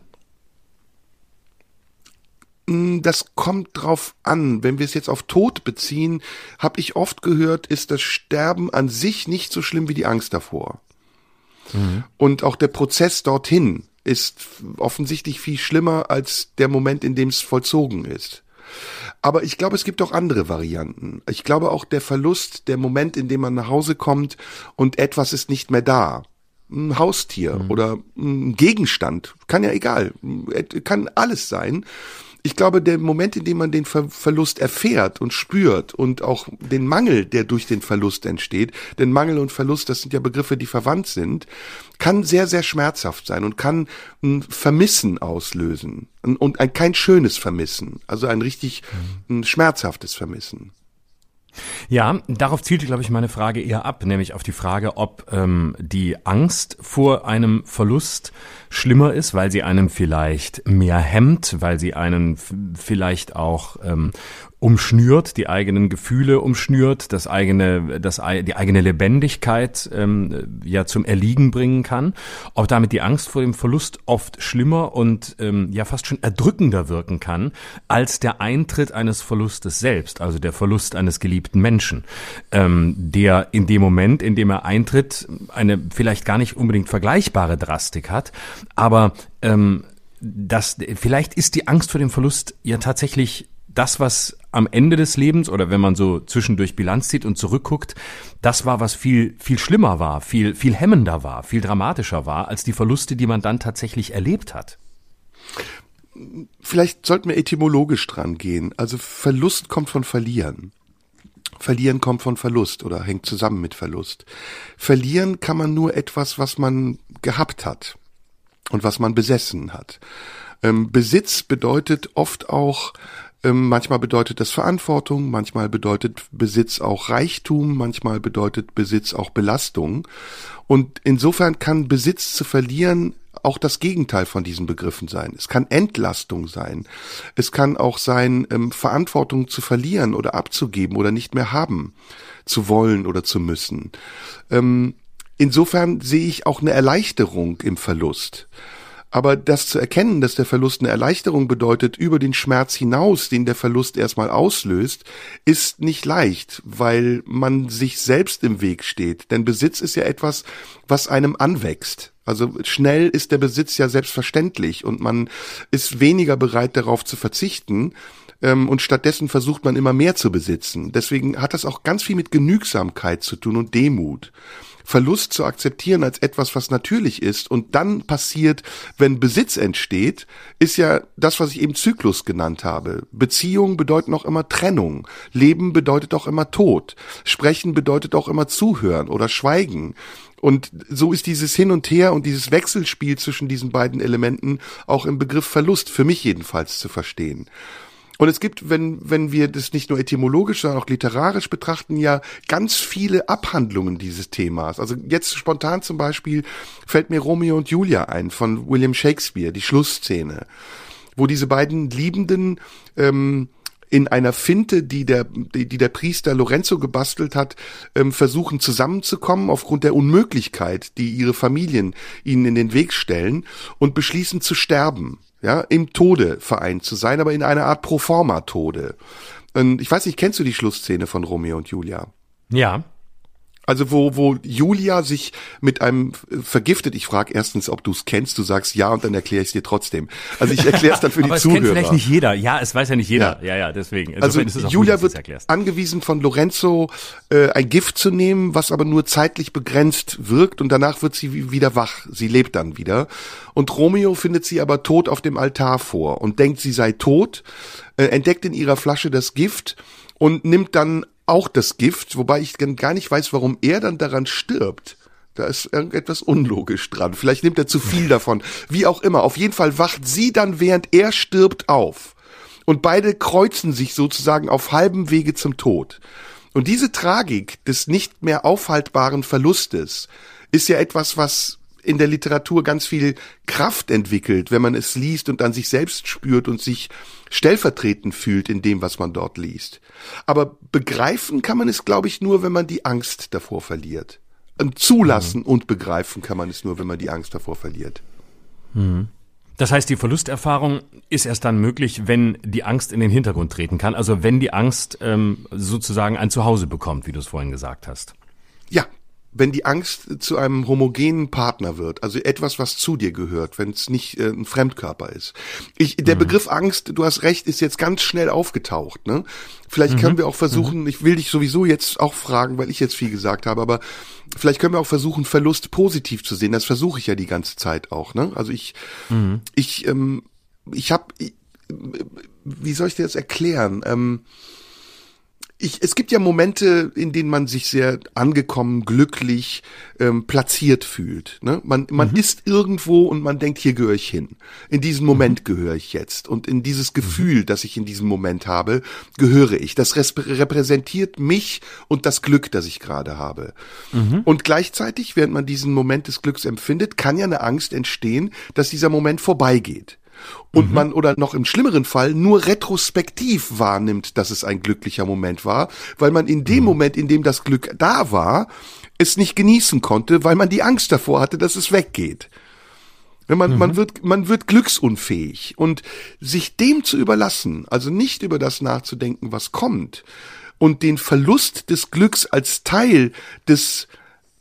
Das kommt drauf an. Wenn wir es jetzt auf Tod beziehen, habe ich oft gehört, ist das Sterben an sich nicht so schlimm wie die Angst davor. Mhm. Und auch der Prozess dorthin ist offensichtlich viel schlimmer als der Moment, in dem es vollzogen ist. Aber ich glaube, es gibt auch andere Varianten. Ich glaube auch der Verlust, der Moment, in dem man nach Hause kommt und etwas ist nicht mehr da. Ein Haustier mhm. oder ein Gegenstand, kann ja egal, kann alles sein. Ich glaube, der Moment, in dem man den Ver- Verlust erfährt und spürt und auch den Mangel, der durch den Verlust entsteht, denn Mangel und Verlust, das sind ja Begriffe, die verwandt sind, kann sehr, sehr schmerzhaft sein und kann ein Vermissen auslösen und ein kein schönes Vermissen, also ein richtig ein schmerzhaftes Vermissen. Ja, darauf zielte, glaube ich, meine Frage eher ab, nämlich auf die Frage, ob ähm, die Angst vor einem Verlust schlimmer ist, weil sie einen vielleicht mehr hemmt, weil sie einen f- vielleicht auch ähm, umschnürt, die eigenen Gefühle umschnürt, das eigene, das die eigene Lebendigkeit ähm, ja zum Erliegen bringen kann, ob damit die Angst vor dem Verlust oft schlimmer und ähm, ja fast schon erdrückender wirken kann als der Eintritt eines Verlustes selbst, also der Verlust eines geliebten Menschen, ähm, der in dem Moment, in dem er eintritt, eine vielleicht gar nicht unbedingt vergleichbare Drastik hat, aber ähm, dass vielleicht ist die Angst vor dem Verlust ja tatsächlich das, was am Ende des Lebens oder wenn man so zwischendurch Bilanz zieht und zurückguckt, das war, was viel, viel schlimmer war, viel, viel hemmender war, viel dramatischer war, als die Verluste, die man dann tatsächlich erlebt hat. Vielleicht sollten wir etymologisch dran gehen. Also Verlust kommt von Verlieren. Verlieren kommt von Verlust oder hängt zusammen mit Verlust. Verlieren kann man nur etwas, was man gehabt hat und was man besessen hat. Ähm, Besitz bedeutet oft auch, ähm, manchmal bedeutet das Verantwortung, manchmal bedeutet Besitz auch Reichtum, manchmal bedeutet Besitz auch Belastung. Und insofern kann Besitz zu verlieren auch das Gegenteil von diesen Begriffen sein. Es kann Entlastung sein. Es kann auch sein, ähm, Verantwortung zu verlieren oder abzugeben oder nicht mehr haben zu wollen oder zu müssen. Ähm, insofern sehe ich auch eine Erleichterung im Verlust. Aber das zu erkennen, dass der Verlust eine Erleichterung bedeutet über den Schmerz hinaus, den der Verlust erstmal auslöst, ist nicht leicht, weil man sich selbst im Weg steht. Denn Besitz ist ja etwas, was einem anwächst. Also schnell ist der Besitz ja selbstverständlich und man ist weniger bereit, darauf zu verzichten. Und stattdessen versucht man immer mehr zu besitzen. Deswegen hat das auch ganz viel mit Genügsamkeit zu tun und Demut. Verlust zu akzeptieren als etwas, was natürlich ist und dann passiert, wenn Besitz entsteht, ist ja das, was ich eben Zyklus genannt habe. Beziehungen bedeuten auch immer Trennung. Leben bedeutet auch immer Tod. Sprechen bedeutet auch immer Zuhören oder Schweigen. Und so ist dieses Hin und Her und dieses Wechselspiel zwischen diesen beiden Elementen auch im Begriff Verlust, für mich jedenfalls, zu verstehen. Und es gibt, wenn wenn wir das nicht nur etymologisch, sondern auch literarisch betrachten, ja ganz viele Abhandlungen dieses Themas. Also jetzt spontan zum Beispiel fällt mir Romeo und Julia ein von William Shakespeare, die Schlussszene, wo diese beiden Liebenden ähm, in einer Finte, die der die, die der Priester Lorenzo gebastelt hat, ähm, versuchen zusammenzukommen aufgrund der Unmöglichkeit, die ihre Familien ihnen in den Weg stellen und beschließen zu sterben. Ja, im Tode vereint zu sein, aber in einer Art Proforma-Tode. Und ich weiß nicht, kennst du die Schlussszene von Romeo und Julia? Ja. Also wo wo Julia sich mit einem vergiftet, ich frage erstens, ob du es kennst, du sagst ja und dann erkläre ich es dir trotzdem. Also ich erkläre es dann für die aber es Zuhörer. Kennt vielleicht nicht jeder, ja, es weiß ja nicht jeder, ja, ja, ja deswegen. Also Julia gut, wird angewiesen von Lorenzo, äh, ein Gift zu nehmen, was aber nur zeitlich begrenzt wirkt und danach wird sie wieder wach, sie lebt dann wieder. Und Romeo findet sie aber tot auf dem Altar vor und denkt, sie sei tot, äh, entdeckt in ihrer Flasche das Gift und nimmt dann auch das Gift, wobei ich gar nicht weiß, warum er dann daran stirbt. Da ist irgendetwas unlogisch dran. Vielleicht nimmt er zu viel davon. Wie auch immer. Auf jeden Fall wacht sie dann, während er stirbt, auf. Und beide kreuzen sich sozusagen auf halbem Wege zum Tod. Und diese Tragik des nicht mehr aufhaltbaren Verlustes ist ja etwas, was in der Literatur ganz viel Kraft entwickelt, wenn man es liest und an sich selbst spürt und sich stellvertretend fühlt in dem, was man dort liest. Aber begreifen kann man es, glaube ich, nur, wenn man die Angst davor verliert. Und zulassen mhm. und begreifen kann man es nur, wenn man die Angst davor verliert. Mhm. Das heißt, die Verlusterfahrung ist erst dann möglich, wenn die Angst in den Hintergrund treten kann, also wenn die Angst ähm, sozusagen ein Zuhause bekommt, wie du es vorhin gesagt hast. Ja. Wenn die Angst zu einem homogenen Partner wird, also etwas, was zu dir gehört, wenn es nicht äh, ein Fremdkörper ist. Ich, der mhm. Begriff Angst, du hast recht, ist jetzt ganz schnell aufgetaucht. Ne? Vielleicht mhm. können wir auch versuchen, mhm. ich will dich sowieso jetzt auch fragen, weil ich jetzt viel gesagt habe, aber vielleicht können wir auch versuchen, Verlust positiv zu sehen. Das versuche ich ja die ganze Zeit auch. Ne? Also ich, mhm. ich, ähm, ich habe, wie soll ich dir das erklären? Ähm, Ich, es gibt ja Momente, in denen man sich sehr angekommen, glücklich, ähm, platziert fühlt. Ne? Man, man mhm. ist irgendwo und man denkt, hier gehöre ich hin. In diesen Moment mhm. gehöre ich jetzt. Und in dieses Gefühl, mhm. das ich in diesem Moment habe, gehöre ich. Das repräsentiert mich und das Glück, das ich gerade habe. Mhm. Und gleichzeitig, während man diesen Moment des Glücks empfindet, kann ja eine Angst entstehen, dass dieser Moment vorbeigeht. Und mhm. man, oder noch im schlimmeren Fall, nur retrospektiv wahrnimmt, dass es ein glücklicher Moment war, weil man in dem mhm. Moment, in dem das Glück da war, es nicht genießen konnte, weil man die Angst davor hatte, dass es weggeht. Man, mhm. man wird, man wird glücksunfähig. Und sich dem zu überlassen, also nicht über das nachzudenken, was kommt, und den Verlust des Glücks als Teil des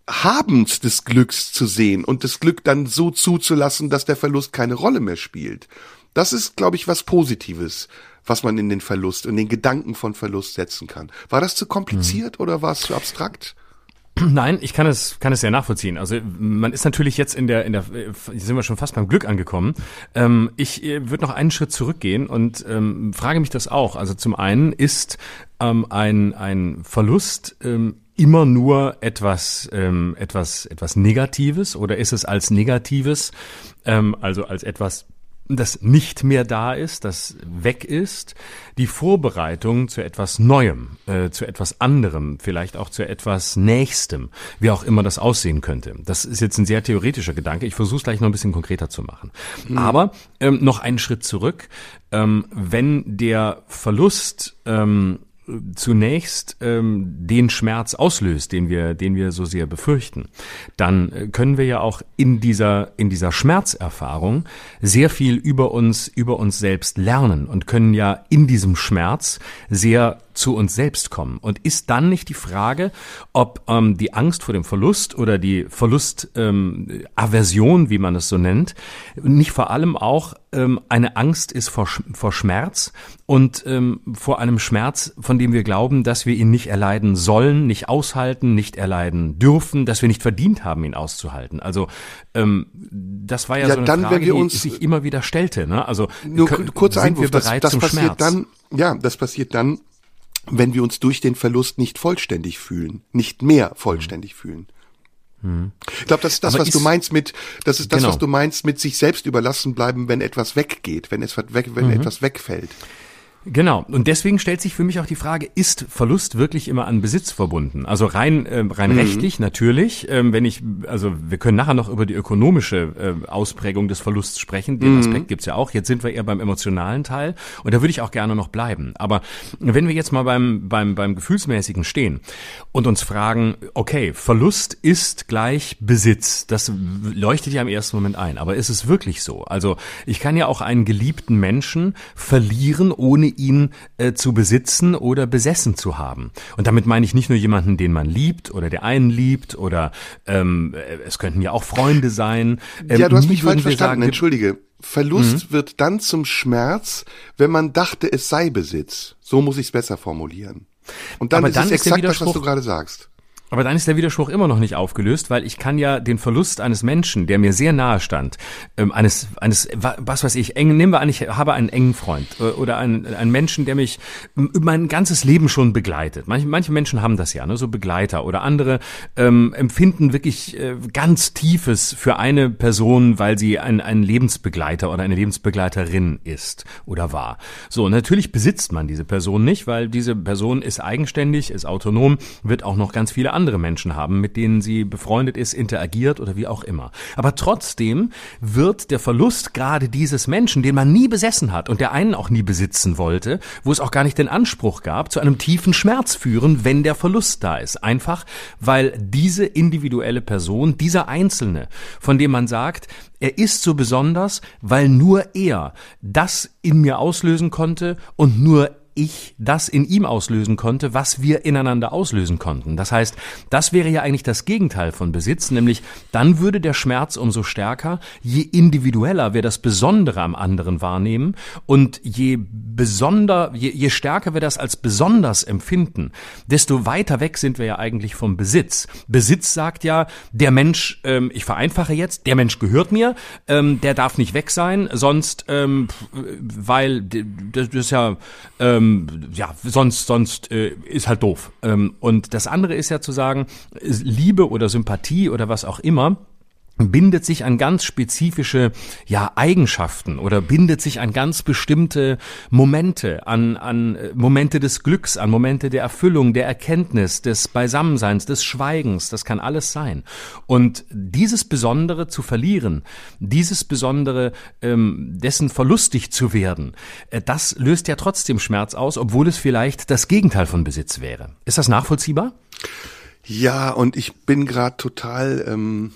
Habens des Glücks zu sehen und das Glück dann so zuzulassen, dass der Verlust keine Rolle mehr spielt. Das ist, glaube ich, was Positives, was man in den Verlust, in den Gedanken von Verlust setzen kann. War das zu kompliziert mhm. oder war es zu abstrakt? Nein, ich kann es kann es sehr nachvollziehen. Also man ist natürlich jetzt in der in der jetzt sind wir schon fast beim Glück angekommen. Ähm, ich würde noch einen Schritt zurückgehen und ähm, frage mich das auch. Also zum einen ist ähm, ein ein Verlust ähm, immer nur etwas ähm, etwas etwas Negatives oder ist es als Negatives, ähm, also als etwas, das nicht mehr da ist, das weg ist, die Vorbereitung zu etwas Neuem, äh, zu etwas anderem, vielleicht auch zu etwas Nächstem, wie auch immer das aussehen könnte. Das ist jetzt ein sehr theoretischer Gedanke. Ich versuche es gleich noch ein bisschen konkreter zu machen. Mhm. Aber ähm, noch einen Schritt zurück. Ähm, wenn der Verlust ähm, zunächst ähm, den Schmerz auslöst, den wir, den wir so sehr befürchten, dann äh, können wir ja auch in dieser in dieser Schmerzerfahrung sehr viel über uns über uns selbst lernen und können ja in diesem Schmerz sehr zu uns selbst kommen. Und ist dann nicht die Frage, ob ähm, die Angst vor dem Verlust oder die Verlustaversion, ähm, wie man es so nennt, nicht vor allem auch ähm, eine Angst ist vor, vor Schmerz und ähm, vor einem Schmerz, von dem wir glauben, dass wir ihn nicht erleiden sollen, nicht aushalten, nicht erleiden dürfen, dass wir nicht verdient haben, ihn auszuhalten. Also ähm, das war ja, ja so eine dann, Frage, die sich immer wieder stellte. Ne? Also nur können, kurzer sind Einwurf, wir bereit das, das zum passiert Schmerz? Dann, ja, das passiert dann, wenn wir uns durch den Verlust nicht vollständig fühlen, nicht mehr vollständig mhm. fühlen. Mhm. Ich glaube, das ist das, Aber was ist, du meinst mit, das ist das, genau. was du meinst mit sich selbst überlassen bleiben, wenn etwas weggeht, wenn es weg, wenn mhm. etwas wegfällt. Genau. Und deswegen stellt sich für mich auch die Frage, ist Verlust wirklich immer an Besitz verbunden? Also rein äh, rein mhm. rechtlich natürlich, ähm, wenn ich, also wir können nachher noch über die ökonomische äh, Ausprägung des Verlusts sprechen, den mhm. Aspekt gibt's ja auch. Jetzt sind wir eher beim emotionalen Teil und da würde ich auch gerne noch bleiben. Aber wenn wir jetzt mal beim beim beim Gefühlsmäßigen stehen und uns fragen, okay, Verlust ist gleich Besitz, das leuchtet ja im ersten Moment ein. Aber ist es wirklich so? Also ich kann ja auch einen geliebten Menschen verlieren, ohne ihn äh, zu besitzen oder besessen zu haben. Und damit meine ich nicht nur jemanden, den man liebt oder der einen liebt oder ähm, es könnten ja auch Freunde sein. Ähm, ja, du hast mich falsch verstanden, sagen, entschuldige. Verlust mhm. wird dann zum Schmerz, wenn man dachte, es sei Besitz. So muss ich es besser formulieren. Und dann Aber ist dann es ist exakt das, was du gerade sagst. Aber dann ist der Widerspruch immer noch nicht aufgelöst, weil ich kann ja den Verlust eines Menschen, der mir sehr nahe stand, ähm, eines, eines, was weiß ich, eng, nehmen wir an, ich habe einen engen Freund äh, oder einen, einen Menschen, der mich mein ganzes Leben schon begleitet. Manche, manche Menschen haben das ja, ne, so Begleiter oder andere ähm, empfinden wirklich äh, ganz Tiefes für eine Person, weil sie ein, ein Lebensbegleiter oder eine Lebensbegleiterin ist oder war. So, natürlich besitzt man diese Person nicht, weil diese Person ist eigenständig, ist autonom, wird auch noch ganz viele andere Menschen haben, mit denen sie befreundet ist, interagiert oder wie auch immer. Aber trotzdem wird der Verlust gerade dieses Menschen, den man nie besessen hat und der einen auch nie besitzen wollte, wo es auch gar nicht den Anspruch gab, zu einem tiefen Schmerz führen, wenn der Verlust da ist. Einfach, weil diese individuelle Person, dieser Einzelne, von dem man sagt, er ist so besonders, weil nur er das in mir auslösen konnte und nur ich das in ihm auslösen konnte, was wir ineinander auslösen konnten. Das heißt, das wäre ja eigentlich das Gegenteil von Besitz, nämlich dann würde der Schmerz umso stärker, je individueller wir das Besondere am anderen wahrnehmen und je besonder, je, je stärker wir das als besonders empfinden, desto weiter weg sind wir ja eigentlich vom Besitz. Besitz sagt ja, der Mensch, ähm, ich vereinfache jetzt, der Mensch gehört mir, ähm, der darf nicht weg sein, sonst, ähm, weil das ist ja ähm, ja, sonst sonst äh, ist halt doof. Ähm, und das andere ist ja zu sagen, Liebe oder Sympathie oder was auch immer bindet sich an ganz spezifische ja Eigenschaften oder bindet sich an ganz bestimmte Momente, an an Momente des Glücks, an Momente der Erfüllung, der Erkenntnis, des Beisammenseins, des Schweigens, das kann alles sein. Und dieses Besondere zu verlieren, dieses Besondere, ähm, dessen verlustig zu werden, äh, das löst ja trotzdem Schmerz aus, obwohl es vielleicht das Gegenteil von Besitz wäre. Ist das nachvollziehbar? Ja, und ich bin gerade total ähm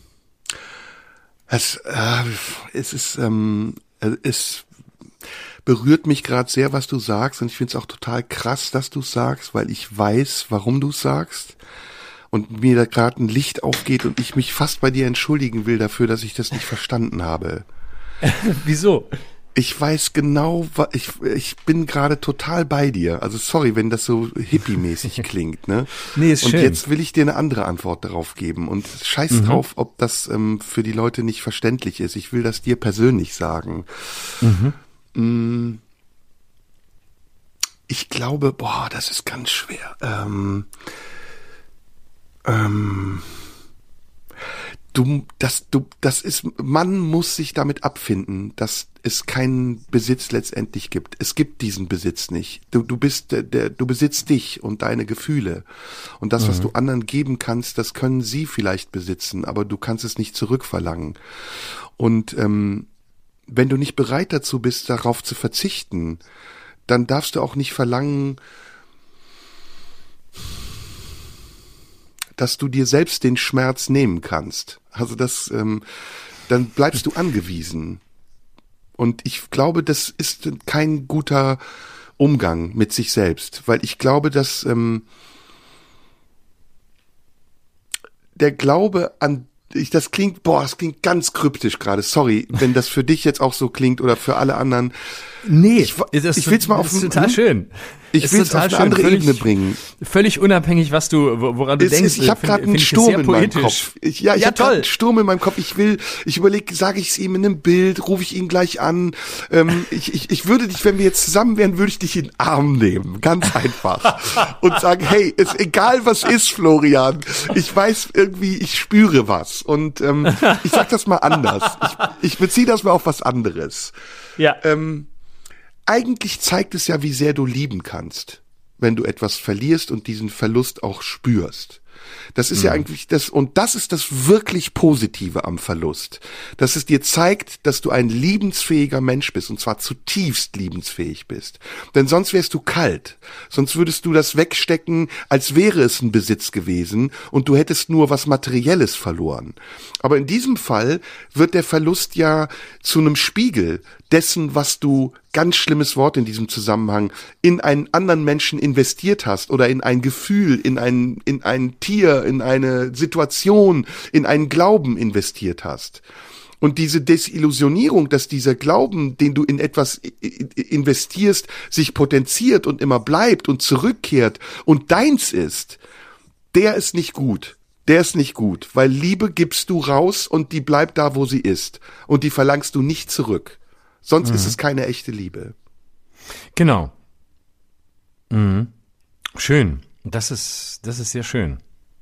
Es, äh, es ist, ähm, es berührt mich gerade sehr, was du sagst, und ich finde es auch total krass, dass du sagst, weil ich weiß, warum du sagst. und mir da gerade ein Licht aufgeht und ich mich fast bei dir entschuldigen will dafür, dass ich das nicht verstanden habe. Wieso? Ich weiß genau, ich, ich bin gerade total bei dir. Also sorry, wenn das so hippie-mäßig klingt, ne? Nee, ist und schön. jetzt will ich dir eine andere Antwort darauf geben. Und scheiß Mhm. drauf, ob das ähm, für die Leute nicht verständlich ist. Ich will das dir persönlich sagen. Mhm. Ich glaube, boah, das ist ganz schwer. Ähm, ähm, Du, das, du, das ist, man muss sich damit abfinden, dass es keinen Besitz letztendlich gibt. Es gibt diesen Besitz nicht. Du, du bist, der, der, du besitzt dich und deine Gefühle. Und das, mhm. was du anderen geben kannst, das können sie vielleicht besitzen, aber du kannst es nicht zurückverlangen. Und ähm, wenn du nicht bereit dazu bist, darauf zu verzichten, dann darfst du auch nicht verlangen, dass du dir selbst den Schmerz nehmen kannst. Also das, ähm, dann bleibst du angewiesen. Und ich glaube, das ist kein guter Umgang mit sich selbst, weil ich glaube, dass ähm, der Glaube an, ich, das klingt, boah, das klingt ganz kryptisch gerade. Sorry, wenn das für dich jetzt auch so klingt oder für alle anderen. Nee, ich, das, ich will's mal auf das ist total hm? schön. Ich will es auf eine andere völlig, Ebene bringen. Völlig unabhängig, was du, woran du es denkst. Ist, ich habe gerade einen Sturm in meinem Kopf. Ich, ja, ich ja, habe gerade einen Sturm in meinem Kopf. Ich will, ich überlege, sage ich es ihm in einem Bild, rufe ich ihn gleich an. Ähm, ich, ich, ich würde dich, wenn wir jetzt zusammen wären, würde ich dich in den Arm nehmen, ganz einfach und sagen, hey, ist egal was ist, Florian. Ich weiß irgendwie, ich spüre was und ähm, ich sag das mal anders. Ich, ich beziehe das mal auf was anderes. Ja. Ähm, Eigentlich zeigt es ja, wie sehr du lieben kannst, wenn du etwas verlierst und diesen Verlust auch spürst. Das ist mhm. ja eigentlich das, und das ist das wirklich Positive am Verlust. Dass es dir zeigt, dass du ein liebensfähiger Mensch bist, und zwar zutiefst liebensfähig bist. Denn sonst wärst du kalt. Sonst würdest du das wegstecken, als wäre es ein Besitz gewesen und du hättest nur was Materielles verloren. Aber in diesem Fall wird der Verlust ja zu einem Spiegel dessen, was du, ganz schlimmes Wort in diesem Zusammenhang, in einen anderen Menschen investiert hast oder in ein Gefühl, in ein, in ein Tier, in eine Situation, in einen Glauben investiert hast. Und diese Desillusionierung, dass dieser Glauben, den du in etwas investierst, sich potenziert und immer bleibt und zurückkehrt und deins ist, der ist nicht gut. Der ist nicht gut, weil Liebe gibst du raus und die bleibt da, wo sie ist. Und die verlangst du nicht zurück. Sonst mhm. ist es keine echte Liebe. Genau. Mhm. Schön. Das ist, das ist sehr schön.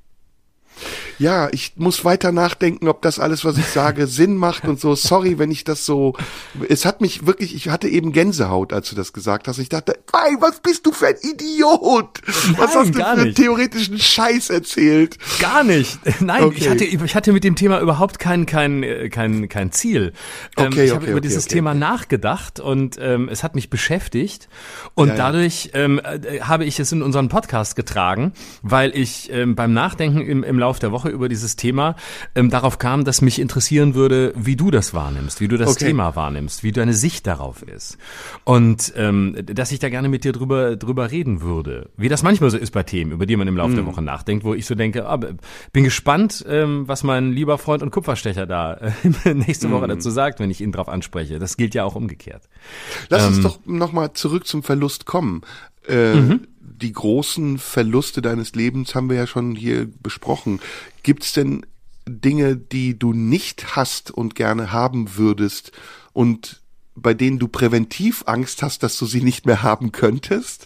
Ja, ich muss weiter nachdenken, ob das alles, was ich sage, Sinn macht und so. Sorry, wenn ich das so, es hat mich wirklich, ich hatte eben Gänsehaut, als du das gesagt hast. Ich dachte, ey, was bist du für ein Idiot? Nein, was hast du für einen nicht. theoretischen Scheiß erzählt? Gar nicht. Nein, okay. ich hatte, ich hatte mit dem Thema überhaupt kein, kein, kein, kein Ziel. Ähm, okay, ich habe okay, über okay, dieses okay, Thema okay. nachgedacht und ähm, es hat mich beschäftigt und Ja, ja. dadurch ähm, äh, habe ich es in unseren Podcast getragen, weil ich ähm, beim Nachdenken im, im Lauf der Woche über dieses Thema ähm, darauf kam, dass mich interessieren würde, wie du das wahrnimmst, wie du das Okay. Thema wahrnimmst, wie deine Sicht darauf ist. Und ähm, dass ich da gerne mit dir drüber drüber reden würde. Wie das manchmal so ist bei Themen, über die man im Laufe der Woche nachdenkt, wo ich so denke, ah, bin gespannt, ähm, was mein lieber Freund und Kupferstecher da äh, nächste Woche dazu sagt, wenn ich ihn drauf anspreche. Das gilt ja auch umgekehrt. Lass Ähm, uns doch nochmal zurück zum Verlust kommen. Äh, Mhm. Die großen Verluste deines Lebens haben wir ja schon hier besprochen. Gibt's denn Dinge, die du nicht hast und gerne haben würdest und bei denen du präventiv Angst hast, dass du sie nicht mehr haben könntest?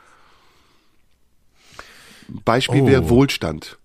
Beispiel Oh. wäre Wohlstand.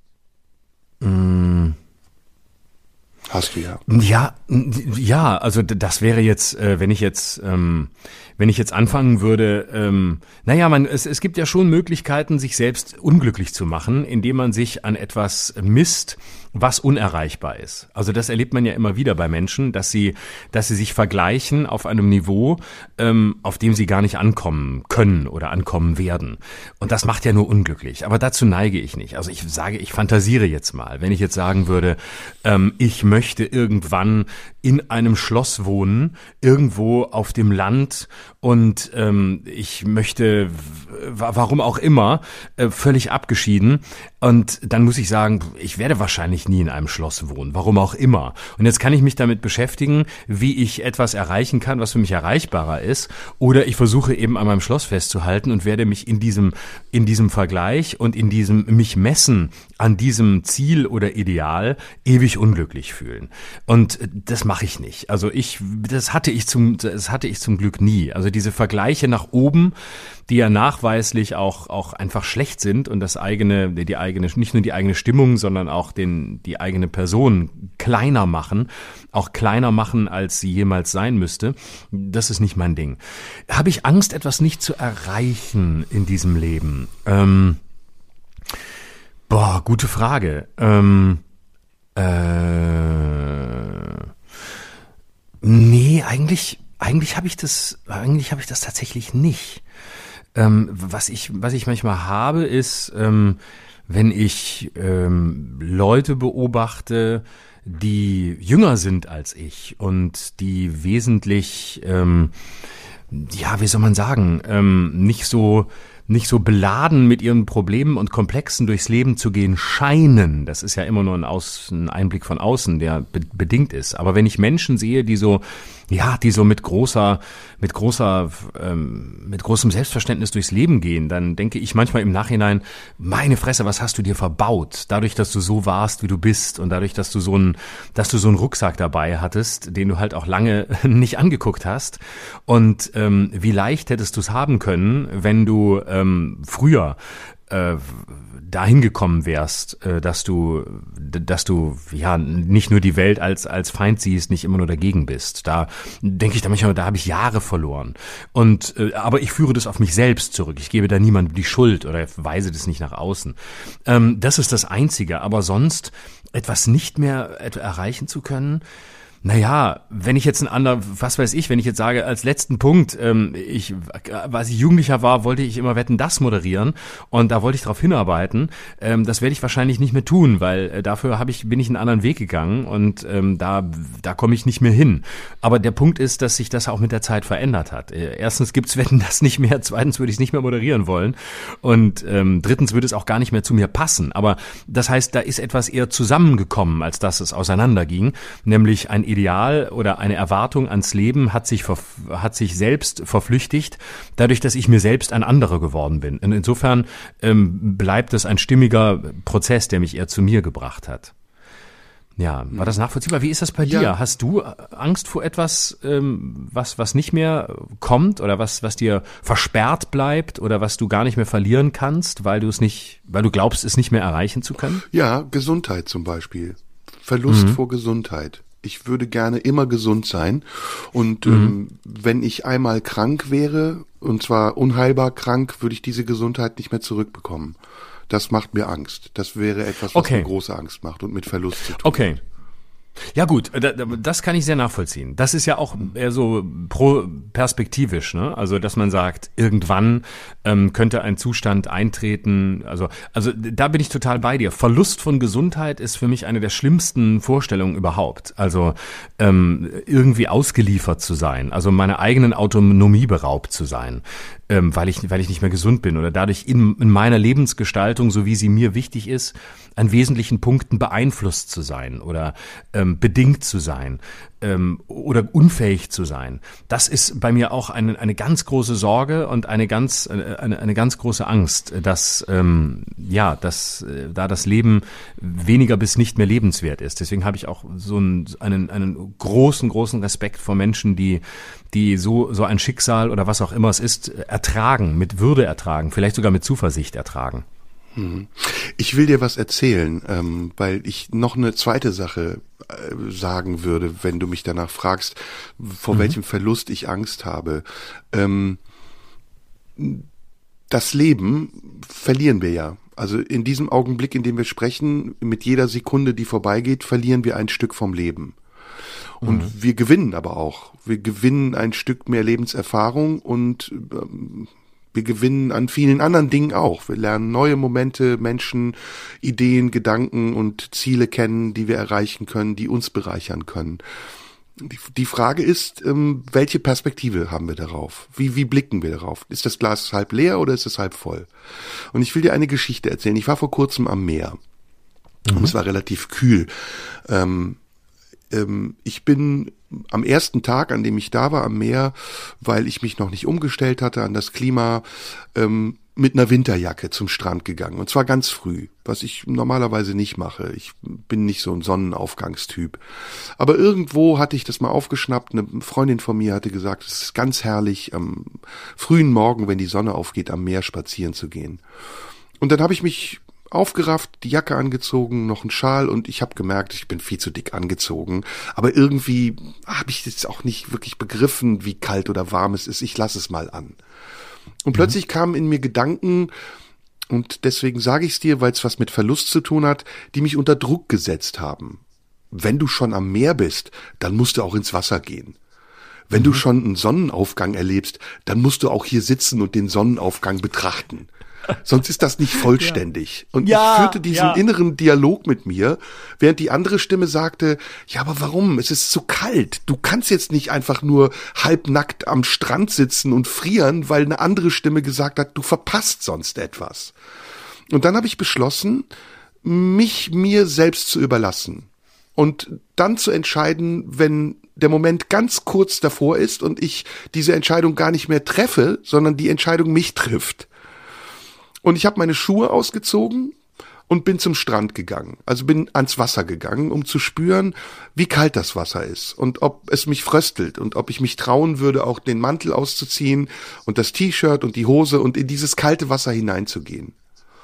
Mm. Hast du ja. Ja, ja, also das wäre jetzt, äh, wenn ich jetzt, ähm, wenn ich jetzt anfangen würde, ähm, naja, man, es, es gibt ja schon Möglichkeiten, sich selbst unglücklich zu machen, indem man sich an etwas misst, was unerreichbar ist. Also das erlebt man ja immer wieder bei Menschen, dass sie, dass sie sich vergleichen auf einem Niveau, ähm, auf dem sie gar nicht ankommen können oder ankommen werden. Und das macht ja nur unglücklich. Aber dazu neige ich nicht. Also ich sage, ich fantasiere jetzt mal, wenn ich jetzt sagen würde, ähm, ich möchte möchte irgendwann in einem Schloss wohnen, irgendwo auf dem Land und ähm, ich möchte, warum auch immer, äh, völlig abgeschieden. Und dann muss ich sagen, ich werde wahrscheinlich nie in einem Schloss wohnen, warum auch immer. Und jetzt kann ich mich damit beschäftigen, wie ich etwas erreichen kann, was für mich erreichbarer ist. Oder ich versuche eben an meinem Schloss festzuhalten und werde mich in diesem, in diesem Vergleich und in diesem mich messen an diesem Ziel oder Ideal ewig unglücklich fühlen. Und das mache ich nicht. Also ich, das hatte ich zum, das hatte ich zum Glück nie. Also diese Vergleiche nach oben, die ja nachweislich auch, auch einfach schlecht sind und das eigene, die eigene, nicht nur die eigene Stimmung, sondern auch den, die eigene Person kleiner machen, auch kleiner machen, als sie jemals sein müsste. Das ist nicht mein Ding. Habe ich Angst, etwas nicht zu erreichen in diesem Leben? Ähm, boah, gute Frage. Ähm, äh, nee, eigentlich, eigentlich habe ich das, eigentlich habe ich das tatsächlich nicht. Ähm, was ich, was ich manchmal habe, ist, ähm, wenn ich ähm, Leute beobachte, die jünger sind als ich und die wesentlich, ähm, ja, wie soll man sagen, ähm, nicht so nicht so beladen mit ihren Problemen und Komplexen durchs Leben zu gehen scheinen. Das ist ja immer nur ein, Aus, ein Einblick von außen, der be- bedingt ist. Aber wenn ich Menschen sehe, die so, ja, die so mit großer, mit großer, ähm, mit großem Selbstverständnis durchs Leben gehen, dann denke ich manchmal im Nachhinein, meine Fresse, was hast du dir verbaut? Dadurch, dass du so warst, wie du bist und dadurch, dass du so einen, dass du so einen Rucksack dabei hattest, den du halt auch lange nicht angeguckt hast. Und ähm, wie leicht hättest du es haben können, wenn du ähm, früher äh, dahin gekommen wärst, äh, dass du, dass du ja nicht nur die Welt als als Feind siehst, nicht immer nur dagegen bist. Da denke ich da manchmal, da habe ich Jahre verloren. Und äh, aber ich führe das auf mich selbst zurück. Ich gebe da niemandem die Schuld oder weise das nicht nach außen. Ähm, das ist das Einzige. Aber sonst etwas nicht mehr erreichen zu können. Naja, wenn ich jetzt ein anderer, was weiß ich, wenn ich jetzt sage, als letzten Punkt, ähm, ich, als ich Jugendlicher war, wollte ich immer Wetten, das moderieren und da wollte ich darauf hinarbeiten. Ähm, das werde ich wahrscheinlich nicht mehr tun, weil äh, dafür habe ich, bin ich einen anderen Weg gegangen und ähm, da, da komme ich nicht mehr hin. Aber der Punkt ist, dass sich das auch mit der Zeit verändert hat. Äh, erstens gibt's Wetten, das nicht mehr, zweitens würde ich es nicht mehr moderieren wollen und ähm, drittens würde es auch gar nicht mehr zu mir passen. Aber das heißt, da ist etwas eher zusammengekommen, als dass es auseinanderging, nämlich ein Ideal oder eine Erwartung ans Leben hat sich hat sich selbst verflüchtigt, dadurch, dass ich mir selbst ein anderer geworden bin. Und insofern ähm, bleibt es ein stimmiger Prozess, der mich eher zu mir gebracht hat. Ja, war das nachvollziehbar? Wie ist das bei dir? Ja. Hast du Angst vor etwas, ähm, was was nicht mehr kommt oder was was dir versperrt bleibt oder was du gar nicht mehr verlieren kannst, weil du es nicht, weil du glaubst, es nicht mehr erreichen zu können? Ja, Gesundheit zum Beispiel. Verlust Mhm. vor Gesundheit. Ich würde gerne immer gesund sein und Mhm. ähm, wenn ich einmal krank wäre, und zwar unheilbar krank, würde ich diese Gesundheit nicht mehr zurückbekommen. Das macht mir Angst. Das wäre etwas, was Okay. mir große Angst macht und mit Verlust zu tun. Okay. Ja gut, da- da- das kann ich sehr nachvollziehen. Das ist ja auch eher so pro perspektivisch, ne? Also dass man sagt, irgendwann ähm, könnte ein Zustand eintreten. Also also da bin ich total bei dir. Verlust von Gesundheit ist für mich eine der schlimmsten Vorstellungen überhaupt. Also ähm, irgendwie ausgeliefert zu sein, also meiner eigenen Autonomie beraubt zu sein, ähm, weil ich weil ich nicht mehr gesund bin oder dadurch in, in meiner Lebensgestaltung, so wie sie mir wichtig ist, an wesentlichen Punkten beeinflusst zu sein oder ähm, bedingt zu sein ähm, oder unfähig zu sein. Das ist bei mir auch eine, eine ganz große Sorge und eine ganz eine, eine ganz große Angst, dass ähm, ja, dass äh, da das Leben weniger bis nicht mehr lebenswert ist. Deswegen habe ich auch so einen, einen einen großen großen Respekt vor Menschen, die die so so ein Schicksal oder was auch immer es ist ertragen, mit Würde ertragen, vielleicht sogar mit Zuversicht ertragen. Ich will dir was erzählen, ähm, weil ich noch eine zweite Sache äh, sagen würde, wenn du mich danach fragst, vor mhm. welchem Verlust ich Angst habe. Ähm, das Leben verlieren wir ja. Also in diesem Augenblick, in dem wir sprechen, mit jeder Sekunde, die vorbeigeht, verlieren wir ein Stück vom Leben. Und mhm. wir gewinnen aber auch. Wir gewinnen ein Stück mehr Lebenserfahrung und ähm, Wir gewinnen an vielen anderen Dingen auch. Wir lernen neue Momente, Menschen, Ideen, Gedanken und Ziele kennen, die wir erreichen können, die uns bereichern können. Die, die Frage ist, ähm, welche Perspektive haben wir darauf? Wie, wie blicken wir darauf? Ist das Glas halb leer oder ist es halb voll? Und ich will dir eine Geschichte erzählen. Ich war vor kurzem am Meer. Mhm. Und es war relativ kühl. Ähm, ähm, ich bin am ersten Tag, an dem ich da war am Meer, weil ich mich noch nicht umgestellt hatte an das Klima, ähm, mit einer Winterjacke zum Strand gegangen. Und zwar ganz früh, was ich normalerweise nicht mache. Ich bin nicht so ein Sonnenaufgangstyp. Aber irgendwo hatte ich das mal aufgeschnappt. Eine Freundin von mir hatte gesagt, es ist ganz herrlich, am frühen Morgen, wenn die Sonne aufgeht, am Meer spazieren zu gehen. Und dann habe ich mich aufgerafft, die Jacke angezogen, noch einen Schal und ich habe gemerkt, ich bin viel zu dick angezogen. Aber irgendwie habe ich jetzt auch nicht wirklich begriffen, wie kalt oder warm es ist. Ich lasse es mal an. Und plötzlich kamen in mir Gedanken, und deswegen sage ich es dir, weil es was mit Verlust zu tun hat, die mich unter Druck gesetzt haben. Wenn du schon am Meer bist, dann musst du auch ins Wasser gehen. Wenn mhm. du schon einen Sonnenaufgang erlebst, dann musst du auch hier sitzen und den Sonnenaufgang betrachten. Sonst ist das nicht vollständig. Ja. Und ja, ich führte diesen ja. inneren Dialog mit mir, während die andere Stimme sagte, ja, aber warum? Es ist zu kalt. Du kannst jetzt nicht einfach nur halbnackt am Strand sitzen und frieren, weil eine andere Stimme gesagt hat, du verpasst sonst etwas. Und dann habe ich beschlossen, mich mir selbst zu überlassen und dann zu entscheiden, wenn der Moment ganz kurz davor ist und ich diese Entscheidung gar nicht mehr treffe, sondern die Entscheidung mich trifft. Und ich habe meine Schuhe ausgezogen und bin zum Strand gegangen. Also bin ans Wasser gegangen, um zu spüren, wie kalt das Wasser ist und ob es mich fröstelt und ob ich mich trauen würde, auch den Mantel auszuziehen und das T-Shirt und die Hose und in dieses kalte Wasser hineinzugehen.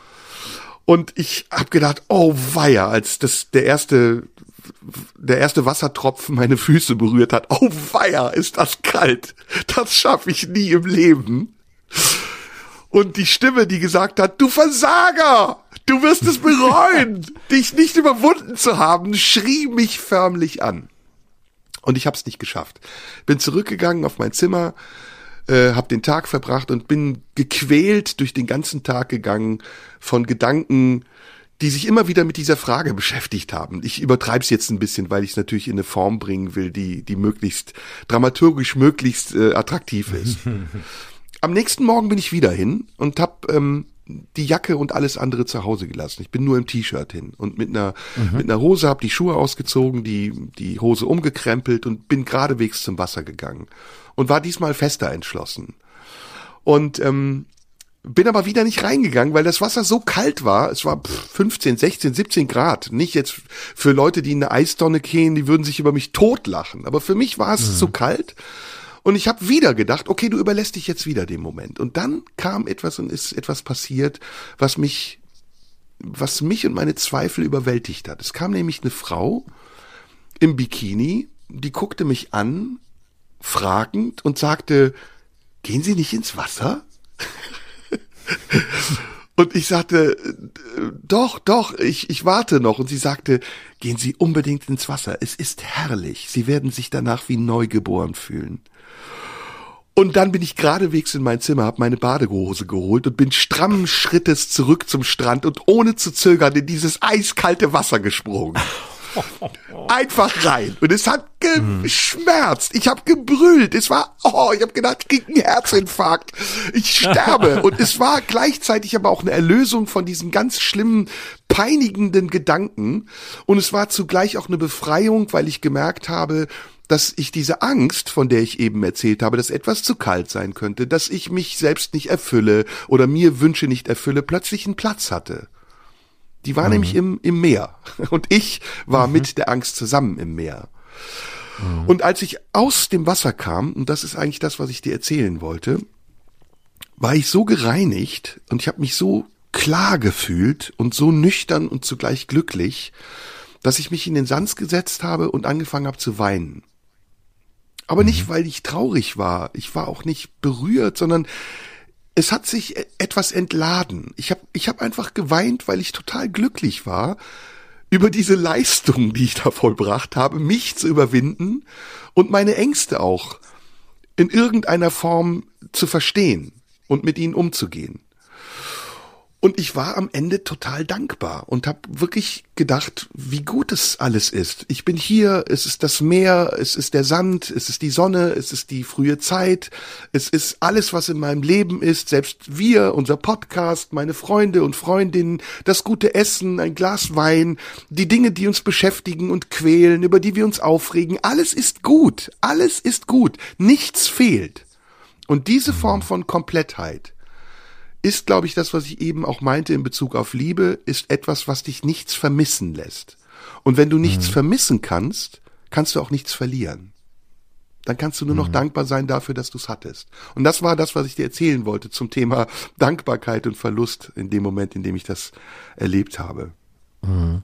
Und ich habe gedacht, oh weia, als das der erste der erste Wassertropfen meine Füße berührt hat. Oh weia, ist das kalt. Das schaffe ich nie im Leben. Und die Stimme, die gesagt hat, du Versager, du wirst es bereuen, dich nicht überwunden zu haben, schrie mich förmlich an. Und ich habe es nicht geschafft. Bin zurückgegangen auf mein Zimmer, äh, habe den Tag verbracht und bin gequält durch den ganzen Tag gegangen von Gedanken, die sich immer wieder mit dieser Frage beschäftigt haben. Ich übertreibe es jetzt ein bisschen, weil ich es natürlich in eine Form bringen will, die die möglichst dramaturgisch möglichst äh, attraktiv ist. Am nächsten Morgen bin ich wieder hin und habe ähm, die Jacke und alles andere zu Hause gelassen. Ich bin nur im T-Shirt hin und mit einer mhm. mit einer Hose, habe die Schuhe ausgezogen, die die Hose umgekrempelt und bin geradewegs zum Wasser gegangen und war diesmal fester entschlossen. Und ähm, bin aber wieder nicht reingegangen, weil das Wasser so kalt war. Es war fünfzehn, sechzehn, siebzehn Grad. Nicht jetzt für Leute, die in eine Eistonne gehen, die würden sich über mich totlachen. Aber für mich war es mhm. zu kalt. Und ich habe wieder gedacht, okay, du überlässt dich jetzt wieder dem Moment. Und dann kam etwas und ist etwas passiert, was mich, was mich und meine Zweifel überwältigt hat. Es kam nämlich eine Frau im Bikini, die guckte mich an, fragend und sagte, gehen Sie nicht ins Wasser? Und ich sagte, doch, doch, ich, ich warte noch. Und sie sagte, gehen Sie unbedingt ins Wasser. Es ist herrlich. Sie werden sich danach wie neugeboren fühlen. Und dann bin ich geradewegs in mein Zimmer, habe meine Badehose geholt und bin strammen Schrittes zurück zum Strand und ohne zu zögern in dieses eiskalte Wasser gesprungen. Einfach rein. Und es hat geschmerzt. Ich habe gebrüllt. Es war, oh, ich habe gedacht, ich krieg einen Herzinfarkt. Ich sterbe. Und es war gleichzeitig aber auch eine Erlösung von diesen ganz schlimmen, peinigenden Gedanken. Und es war zugleich auch eine Befreiung, weil ich gemerkt habe, dass ich diese Angst, von der ich eben erzählt habe, dass etwas zu kalt sein könnte, dass ich mich selbst nicht erfülle oder mir Wünsche nicht erfülle, plötzlich einen Platz hatte. Die war mhm. nämlich im, im Meer. Und ich war mhm. mit der Angst zusammen im Meer. Mhm. Und als ich aus dem Wasser kam, und das ist eigentlich das, was ich dir erzählen wollte, war ich so gereinigt und ich habe mich so klar gefühlt und so nüchtern und zugleich glücklich, dass ich mich in den Sand gesetzt habe und angefangen habe zu weinen. Aber mhm. nicht, weil ich traurig war. Ich war auch nicht berührt, sondern es hat sich etwas entladen. Ich habe ich hab einfach geweint, weil ich total glücklich war über diese Leistung, die ich da vollbracht habe, mich zu überwinden und meine Ängste auch in irgendeiner Form zu verstehen. und mit ihnen umzugehen. Und ich war am Ende total dankbar und habe wirklich gedacht, wie gut es alles ist. Ich bin hier, es ist das Meer, es ist der Sand, es ist die Sonne, es ist die frühe Zeit, es ist alles, was in meinem Leben ist, selbst wir, unser Podcast, meine Freunde und Freundinnen, das gute Essen, ein Glas Wein, die Dinge, die uns beschäftigen und quälen, über die wir uns aufregen, alles ist gut, alles ist gut, nichts fehlt. Und diese Form von Komplettheit ist, glaube ich, das, was ich eben auch meinte in Bezug auf Liebe, ist etwas, was dich nichts vermissen lässt. Und wenn du nichts mhm. vermissen kannst, kannst du auch nichts verlieren. Dann kannst du nur noch mhm. dankbar sein dafür, dass du es hattest. Und das war das, was ich dir erzählen wollte zum Thema Dankbarkeit und Verlust in dem Moment, in dem ich das erlebt habe. Mhm.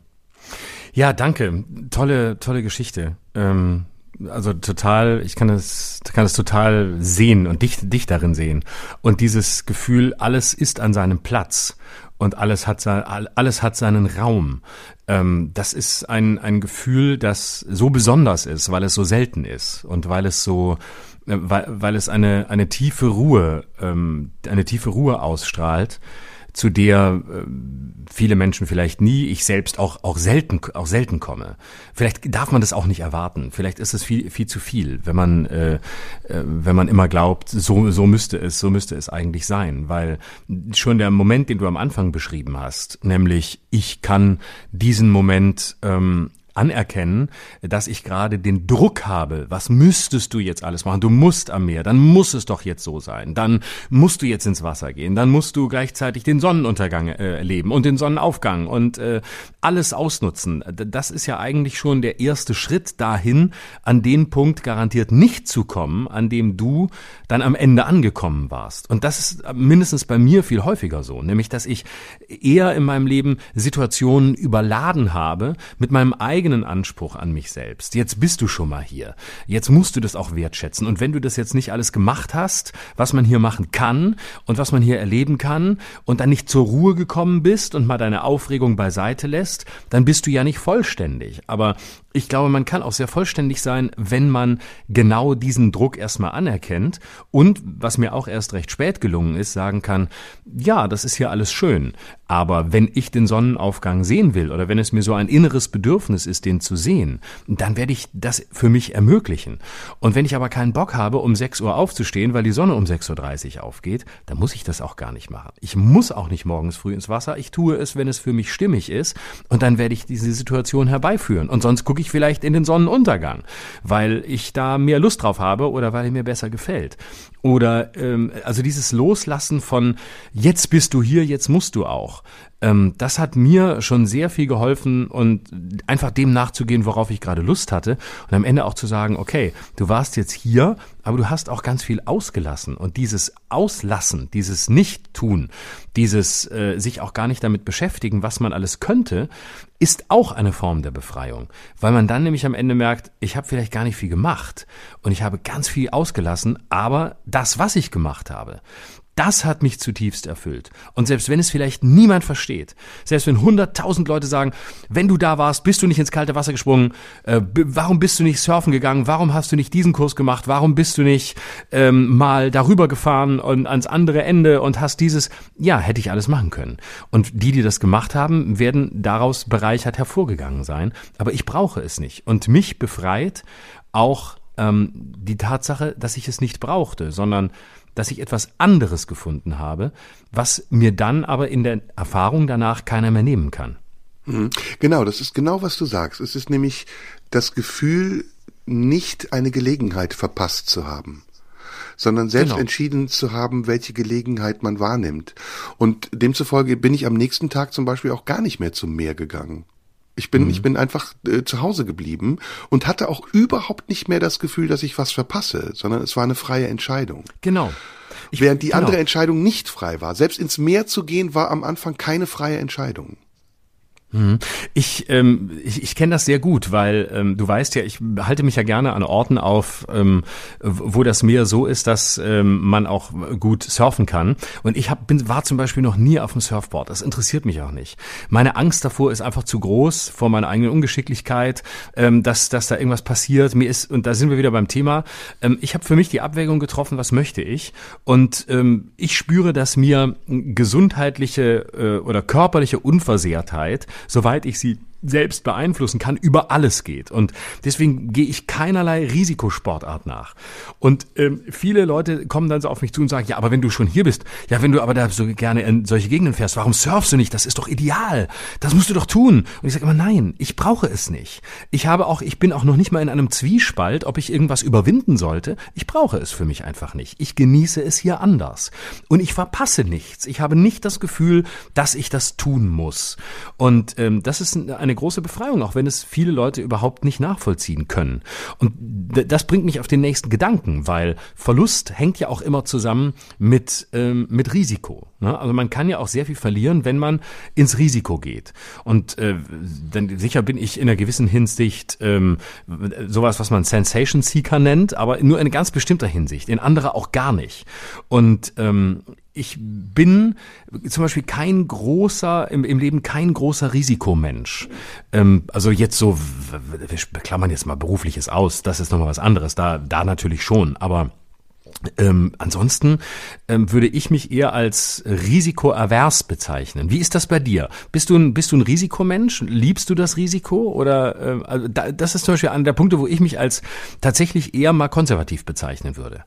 Ja, danke. Tolle, tolle Geschichte. Ähm Also total, ich kann es, kann es total sehen und dich, dich darin sehen. Und dieses Gefühl, alles ist an seinem Platz und alles hat, alles hat seinen Raum. Ähm, das ist ein, ein Gefühl, das so besonders ist, weil es so selten ist und weil es so, weil, weil es eine, eine tiefe Ruhe, ähm, eine tiefe Ruhe ausstrahlt, zu der äh, viele Menschen vielleicht nie, ich selbst auch auch selten auch selten komme. Vielleicht darf man das auch nicht erwarten. Vielleicht ist es viel viel zu viel, wenn man äh, äh, wenn man immer glaubt, so so müsste es so müsste es eigentlich sein, weil schon der Moment, den du am Anfang beschrieben hast, nämlich ich kann diesen Moment ähm, anerkennen, dass ich gerade den Druck habe, was müsstest du jetzt alles machen? Du musst am Meer, dann muss es doch jetzt so sein. Dann musst du jetzt ins Wasser gehen, dann musst du gleichzeitig den Sonnenuntergang äh, erleben und den Sonnenaufgang und äh, alles ausnutzen. Das ist ja eigentlich schon der erste Schritt dahin, an den Punkt garantiert nicht zu kommen, an dem du dann am Ende angekommen warst. Und das ist mindestens bei mir viel häufiger so, nämlich dass ich eher in meinem Leben Situationen überladen habe mit meinem eigenen Anspruch an mich selbst. Jetzt bist du schon mal hier. Jetzt musst du das auch wertschätzen. Und wenn du das jetzt nicht alles gemacht hast, was man hier machen kann und was man hier erleben kann und dann nicht zur Ruhe gekommen bist und mal deine Aufregung beiseite lässt, dann bist du ja nicht vollständig. Aber ich glaube, man kann auch sehr vollständig sein, wenn man genau diesen Druck erstmal anerkennt und, was mir auch erst recht spät gelungen ist, sagen kann, ja, das ist hier alles schön, aber wenn ich den Sonnenaufgang sehen will oder wenn es mir so ein inneres Bedürfnis ist, den zu sehen, dann werde ich das für mich ermöglichen. Und wenn ich aber keinen Bock habe, um sechs Uhr aufzustehen, weil die Sonne um sechs Uhr dreißig aufgeht, dann muss ich das auch gar nicht machen. Ich muss auch nicht morgens früh ins Wasser, ich tue es, wenn es für mich stimmig ist und dann werde ich diese Situation herbeiführen und sonst gucke ich vielleicht in den Sonnenuntergang, weil ich da mehr Lust drauf habe oder weil er mir besser gefällt. Oder ähm, also dieses Loslassen von jetzt bist du hier, jetzt musst du auch. Ähm, das hat mir schon sehr viel geholfen und einfach dem nachzugehen, worauf ich gerade Lust hatte und am Ende auch zu sagen, okay, du warst jetzt hier, aber du hast auch ganz viel ausgelassen und dieses Auslassen, dieses Nicht-Tun, dieses äh, sich auch gar nicht damit beschäftigen, was man alles könnte, ist auch eine Form der Befreiung, weil man dann nämlich am Ende merkt, ich habe vielleicht gar nicht viel gemacht und ich habe ganz viel ausgelassen, aber das, was ich gemacht habe, das hat mich zutiefst erfüllt. Und selbst wenn es vielleicht niemand versteht, selbst wenn hunderttausend Leute sagen, wenn du da warst, bist du nicht ins kalte Wasser gesprungen, äh, b- warum bist du nicht surfen gegangen, warum hast du nicht diesen Kurs gemacht, warum bist du nicht ähm, mal darüber gefahren und ans andere Ende und hast dieses, ja, hätte ich alles machen können. Und die, die das gemacht haben, werden daraus bereichert hervorgegangen sein. Aber ich brauche es nicht. Und mich befreit auch ähm, die Tatsache, dass ich es nicht brauchte, sondern dass ich etwas anderes gefunden habe, was mir dann aber in der Erfahrung danach keiner mehr nehmen kann. Genau, das ist genau, was du sagst. Es ist nämlich das Gefühl, nicht eine Gelegenheit verpasst zu haben, sondern selbst genau. entschieden zu haben, welche Gelegenheit man wahrnimmt. Und demzufolge bin ich am nächsten Tag zum Beispiel auch gar nicht mehr zum Meer gegangen. Ich bin, mhm. ich bin einfach äh, zu Hause geblieben und hatte auch überhaupt nicht mehr das Gefühl, dass ich was verpasse, sondern es war eine freie Entscheidung. Genau. Ich, Während die genau. andere Entscheidung nicht frei war. Selbst ins Meer zu gehen, war am Anfang keine freie Entscheidung. Ich, ähm, ich, ich kenne das sehr gut, weil ähm, du weißt ja, ich halte mich ja gerne an Orten auf, ähm, wo das Meer so ist, dass ähm, man auch gut surfen kann. Und ich hab, bin, war zum Beispiel noch nie auf dem Surfboard. Das interessiert mich auch nicht. Meine Angst davor ist einfach zu groß, vor meiner eigenen Ungeschicklichkeit, ähm, dass, dass da irgendwas passiert. Mir ist, und da sind wir wieder beim Thema, ähm, ich habe für mich die Abwägung getroffen, was möchte ich? Und ähm, ich spüre, dass mir gesundheitliche äh, oder körperliche Unversehrtheit, soweit ich sie selbst beeinflussen kann, über alles geht. Und deswegen gehe ich keinerlei Risikosportart nach. Und ähm, viele Leute kommen dann so auf mich zu und sagen, ja, aber wenn du schon hier bist, ja, wenn du aber da so gerne in solche Gegenden fährst, warum surfst du nicht? Das ist doch ideal. Das musst du doch tun. Und ich sage immer, nein, ich brauche es nicht. Ich habe auch, ich bin auch noch nicht mal in einem Zwiespalt, ob ich irgendwas überwinden sollte. Ich brauche es für mich einfach nicht. Ich genieße es hier anders. Und ich verpasse nichts. Ich habe nicht das Gefühl, dass ich das tun muss. Und ähm, das ist eine große Befreiung, auch wenn es viele Leute überhaupt nicht nachvollziehen können. Und d- das bringt mich auf den nächsten Gedanken, weil Verlust hängt ja auch immer zusammen mit ähm, mit Risiko. Ne? Also man kann ja auch sehr viel verlieren, wenn man ins Risiko geht. Und äh, dann sicher bin ich in einer gewissen Hinsicht ähm, sowas, was man Sensation Seeker nennt, aber nur in ganz bestimmter Hinsicht, in anderer auch gar nicht. Und ähm, ich bin zum Beispiel kein großer, im, im Leben kein großer Risikomensch. Ähm, also jetzt so, wir klammern jetzt mal Berufliches aus, das ist nochmal was anderes, da, da natürlich schon, aber ähm, ansonsten ähm, würde ich mich eher als risikoavers bezeichnen. Wie ist das bei dir? Bist du ein, bist du ein Risikomensch? Liebst du das Risiko? Oder äh, also da, das ist zum Beispiel einer der Punkte, wo ich mich als tatsächlich eher mal konservativ bezeichnen würde.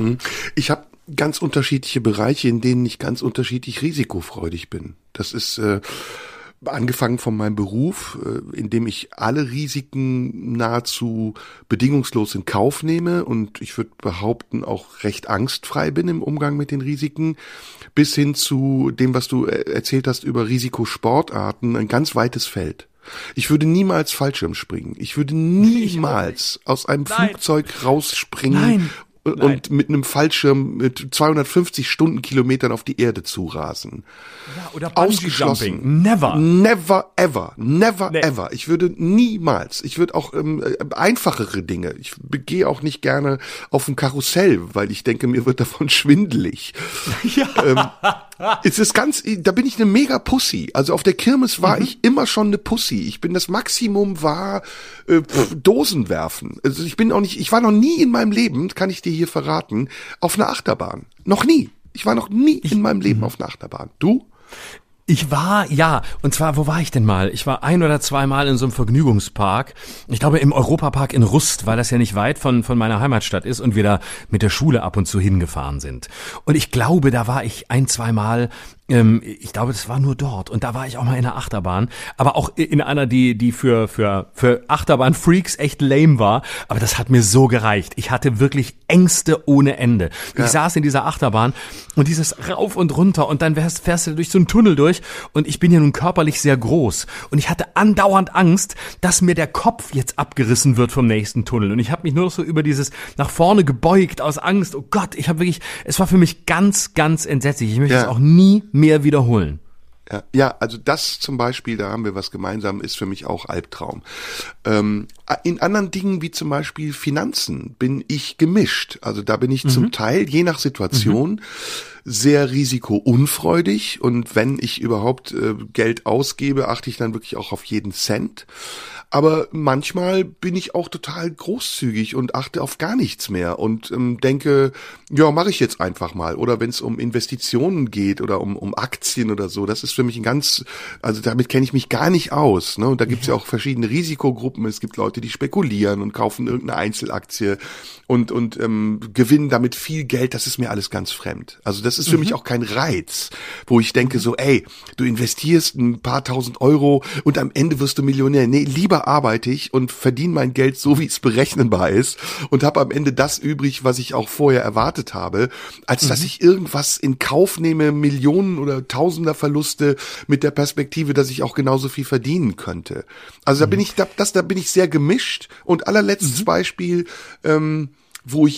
Ich habe ganz unterschiedliche Bereiche, in denen ich ganz unterschiedlich risikofreudig bin. Das ist äh, angefangen von meinem Beruf, äh, in dem ich alle Risiken nahezu bedingungslos in Kauf nehme und ich würde behaupten, auch recht angstfrei bin im Umgang mit den Risiken, bis hin zu dem, was du erzählt hast über Risikosportarten, ein ganz weites Feld. Ich würde niemals Fallschirm springen. Ich würde niemals aus einem Nein. Flugzeug rausspringen. Nein. Und Nein. mit einem Fallschirm mit zweihundertfünfzig Stundenkilometern auf die Erde zu rasen. Ja, oder Bungee-Jumping. Never. Never ever. Never Nee. ever. Ich würde niemals. Ich würde auch ähm, einfachere Dinge. Ich gehe auch nicht gerne auf ein Karussell, weil ich denke, mir wird davon schwindelig. Ja. Ähm, es ist ganz, da bin ich eine mega Pussy. Also auf der Kirmes war mhm. ich immer schon eine Pussy. Ich bin das Maximum war äh, pff, Dosen werfen. Also ich bin auch nicht, ich war noch nie in meinem Leben, kann ich dir hier verraten, auf einer Achterbahn. Noch nie. Ich war noch nie ich, in meinem Leben mh. auf einer Achterbahn. Du? Ich war, ja, und zwar, wo war ich denn mal? Ich war ein oder zwei Mal in so einem Vergnügungspark. Ich glaube im Europapark in Rust, weil das ja nicht weit von von meiner Heimatstadt ist und wir da mit der Schule ab und zu hingefahren sind. Und ich glaube, da war ich ein, zwei Mal, ähm, ich glaube, das war nur dort. Und da war ich auch mal in einer Achterbahn, aber auch in einer, die die für für für Achterbahn-Freaks echt lame war. Aber das hat mir so gereicht. Ich hatte wirklich Ängste ohne Ende. Ich ja. saß in dieser Achterbahn und dieses rauf und runter und dann fährst, fährst du durch so einen Tunnel durch. Und ich bin ja nun körperlich sehr groß und ich hatte andauernd Angst, dass mir der Kopf jetzt abgerissen wird vom nächsten Tunnel. Und ich habe mich nur noch so über dieses nach vorne gebeugt aus Angst. Oh Gott, ich habe wirklich, es war für mich ganz, ganz entsetzlich. Ich möchte es ja. auch nie mehr wiederholen. Ja, ja, also das zum Beispiel, da haben wir was gemeinsam, ist für mich auch Albtraum. Ähm, in anderen Dingen wie zum Beispiel Finanzen bin ich gemischt. Also da bin ich mhm. zum Teil, je nach Situation, mhm. sehr risikounfreudig und wenn ich überhaupt äh, Geld ausgebe, achte ich dann wirklich auch auf jeden Cent. Aber manchmal bin ich auch total großzügig und achte auf gar nichts mehr und ähm, denke, ja, mache ich jetzt einfach mal. Oder wenn es um Investitionen geht oder um um Aktien oder so, das ist für mich ein ganz, also damit kenne ich mich gar nicht aus. Ne? Und da gibt's ja. ja auch verschiedene Risikogruppen. Es gibt Leute, die spekulieren und kaufen irgendeine Einzelaktie und und ähm, gewinnen damit viel Geld. Das ist mir alles ganz fremd. Also das ist für mhm. mich auch kein Reiz, wo ich denke so, ey, du investierst ein paar tausend Euro und am Ende wirst du Millionär. Nee, lieber arbeite ich und verdiene mein Geld so, wie es berechenbar ist und habe am Ende das übrig, was ich auch vorher erwartet habe, als mhm. dass ich irgendwas in Kauf nehme, Millionen oder Tausender Verluste mit der Perspektive, dass ich auch genauso viel verdienen könnte. Also da mhm. bin ich, da, das, da bin ich sehr gemischt und allerletztes mhm. Beispiel, ähm, wo ich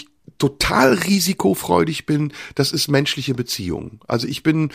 total risikofreudig bin, das ist menschliche Beziehungen. Also ich bin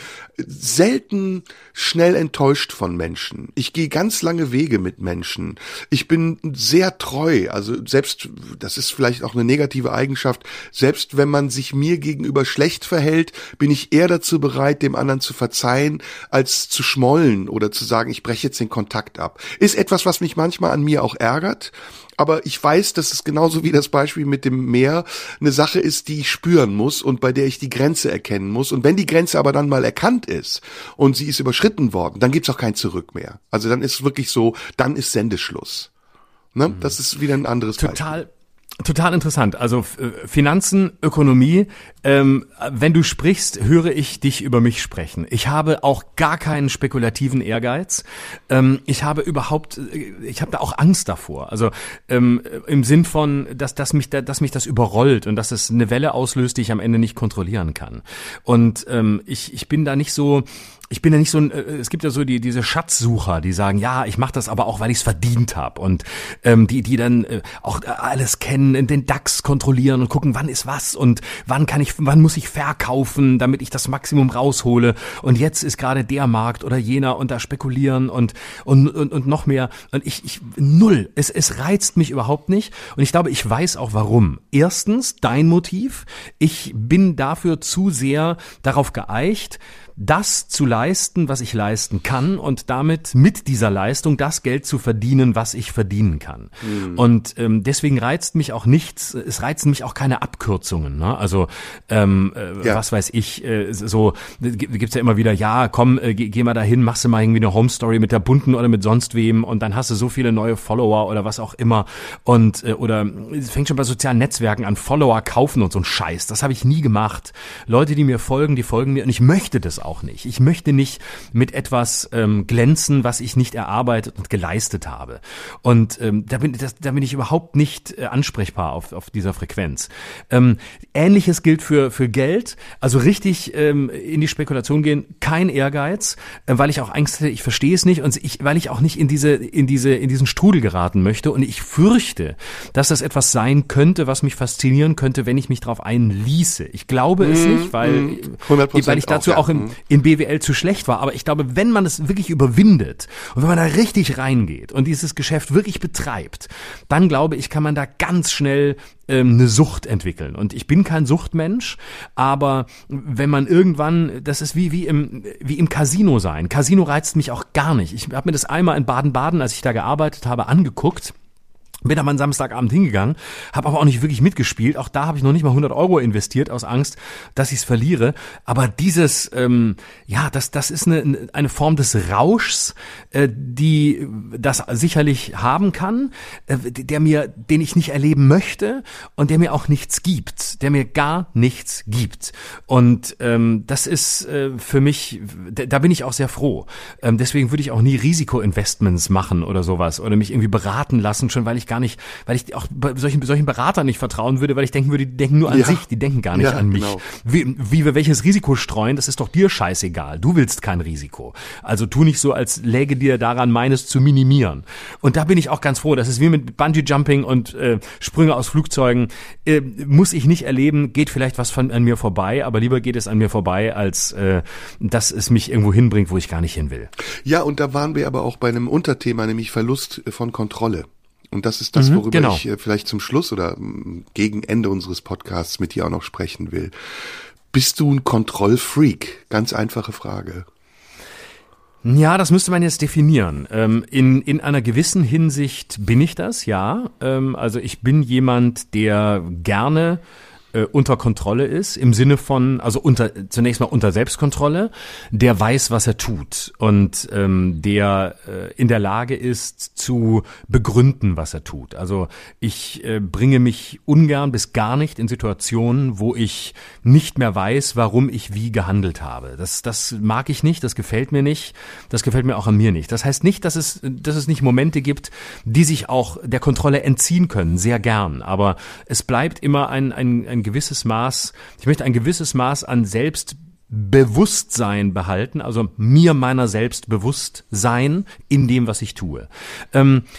selten schnell enttäuscht von Menschen. Ich gehe ganz lange Wege mit Menschen. Ich bin sehr treu. Also selbst, das ist vielleicht auch eine negative Eigenschaft, selbst wenn man sich mir gegenüber schlecht verhält, bin ich eher dazu bereit, dem anderen zu verzeihen, als zu schmollen oder zu sagen, ich breche jetzt den Kontakt ab. Ist etwas, was mich manchmal an mir auch ärgert. Aber ich weiß, dass es genauso wie das Beispiel mit dem Meer eine Sache ist, die ich spüren muss und bei der ich die Grenze erkennen muss. Und wenn die Grenze aber dann mal erkannt ist und sie ist überschritten worden, dann gibt's auch kein Zurück mehr. Also dann ist wirklich so, dann ist Sendeschluss. Ne? Mhm. Das ist wieder ein anderes Beispiel. Total. Total interessant. Also Finanzen, Ökonomie. Ähm, wenn du sprichst, höre ich dich über mich sprechen. Ich habe auch gar keinen spekulativen Ehrgeiz. Ähm, ich habe überhaupt, ich habe da auch Angst davor. Also ähm, im Sinn von, dass, dass mich, da, dass mich das überrollt und dass es eine Welle auslöst, die ich am Ende nicht kontrollieren kann. Und ähm, ich, ich bin da nicht so. Ich bin ja nicht so ein, es gibt ja so die diese Schatzsucher, die sagen, ja, ich mache das aber auch, weil ich es verdient habe und ähm, die die dann äh, auch alles kennen, den DAX kontrollieren und gucken, wann ist was und wann kann ich, wann muss ich verkaufen, damit ich das Maximum raushole und jetzt ist gerade der Markt oder jener und da spekulieren und und und, und noch mehr und ich ich null, es es reizt mich überhaupt nicht und ich glaube, ich weiß auch warum. Erstens dein Motiv, ich bin dafür zu sehr darauf geeicht, das zu leisten, was ich leisten kann und damit mit dieser Leistung das Geld zu verdienen, was ich verdienen kann. Mhm. Und ähm, deswegen reizt mich auch nichts, es reizen mich auch keine Abkürzungen. Ne? Also ähm, äh, ja. was weiß ich, äh, so gibt's ja immer wieder, ja komm, äh, geh, geh mal dahin, machst du mal irgendwie eine Home-Story mit der Bunten oder mit sonst wem und dann hast du so viele neue Follower oder was auch immer und äh, oder es fängt schon bei sozialen Netzwerken an, Follower kaufen und so ein Scheiß. Das habe ich nie gemacht. Leute, die mir folgen, die folgen mir und ich möchte das auch. Auch nicht. Ich möchte nicht mit etwas ähm, glänzen, was ich nicht erarbeitet und geleistet habe. Und ähm, da bin das, da bin ich überhaupt nicht äh, ansprechbar auf auf dieser Frequenz. Ähm, Ähnliches gilt für für Geld. Also richtig ähm, in die Spekulation gehen, kein Ehrgeiz, äh, weil ich auch Angst hätte, ich verstehe es nicht und ich, weil ich auch nicht in diese in diese in diesen Strudel geraten möchte und ich fürchte, dass das etwas sein könnte, was mich faszinieren könnte, wenn ich mich darauf einließe. Ich glaube mmh, es nicht, weil mmh, weil ich dazu auch, ja. auch im in B W L zu schlecht war, aber ich glaube, wenn man es wirklich überwindet und wenn man da richtig reingeht und dieses Geschäft wirklich betreibt, dann glaube ich, kann man da ganz schnell ähm, eine Sucht entwickeln. Und ich bin kein Suchtmensch, aber wenn man irgendwann, das ist wie wie im wie im Casino sein. Casino reizt mich auch gar nicht. Ich habe mir das einmal in Baden-Baden, als ich da gearbeitet habe, angeguckt. Bin aber am Samstagabend hingegangen, habe aber auch nicht wirklich mitgespielt. Auch da habe ich noch nicht mal hundert Euro investiert aus Angst, dass ich es verliere. Aber dieses, ähm, ja, das, das ist eine, eine Form des Rauschs, äh, die das sicherlich haben kann, äh, der mir, den ich nicht erleben möchte und der mir auch nichts gibt, der mir gar nichts gibt. Und ähm, das ist äh, für mich, da, da bin ich auch sehr froh. Ähm, deswegen würde ich auch nie Risikoinvestments machen oder sowas oder mich irgendwie beraten lassen, schon weil ich gar nicht, weil ich auch bei solchen, solchen Beratern nicht vertrauen würde, weil ich denken würde, die denken nur an ja. sich, die denken gar nicht ja, an mich. Genau. Wie, wie wir welches Risiko streuen, das ist doch dir scheißegal. Du willst kein Risiko. Also tu nicht so, als läge dir daran, meines zu minimieren. Und da bin ich auch ganz froh. Das ist wie mit Bungee-Jumping und äh, Sprünge aus Flugzeugen. Äh, muss ich nicht erleben, geht vielleicht was von an mir vorbei, aber lieber geht es an mir vorbei, als äh, dass es mich irgendwo hinbringt, wo ich gar nicht hin will. Ja, und da waren wir aber auch bei einem Unterthema, nämlich Verlust von Kontrolle. Und das ist das, worüber mhm, genau. ich äh, vielleicht zum Schluss oder m, gegen Ende unseres Podcasts mit dir auch noch sprechen will. Bist du ein Kontrollfreak? Ganz einfache Frage. Ja, das müsste man jetzt definieren. Ähm, in in einer gewissen Hinsicht bin ich das, ja. Ähm, also ich bin jemand, der gerne äh, unter Kontrolle ist, im Sinne von, also unter zunächst mal unter Selbstkontrolle, der weiß, was er tut und ähm, der äh, in der Lage ist zu begründen, was er tut. Also ich äh, bringe mich ungern bis gar nicht in Situationen, wo ich nicht mehr weiß, warum ich wie gehandelt habe. Das das mag ich nicht, das gefällt mir nicht, das gefällt mir auch an mir nicht. Das heißt nicht, dass es dass es nicht Momente gibt, die sich auch der Kontrolle entziehen können, sehr gern, aber es bleibt immer ein ein, ein gewisses Maß, ich möchte ein gewisses Maß an Selbstbewusstsein behalten, also mir meiner selbst bewusst sein in dem, was ich tue. Ähm,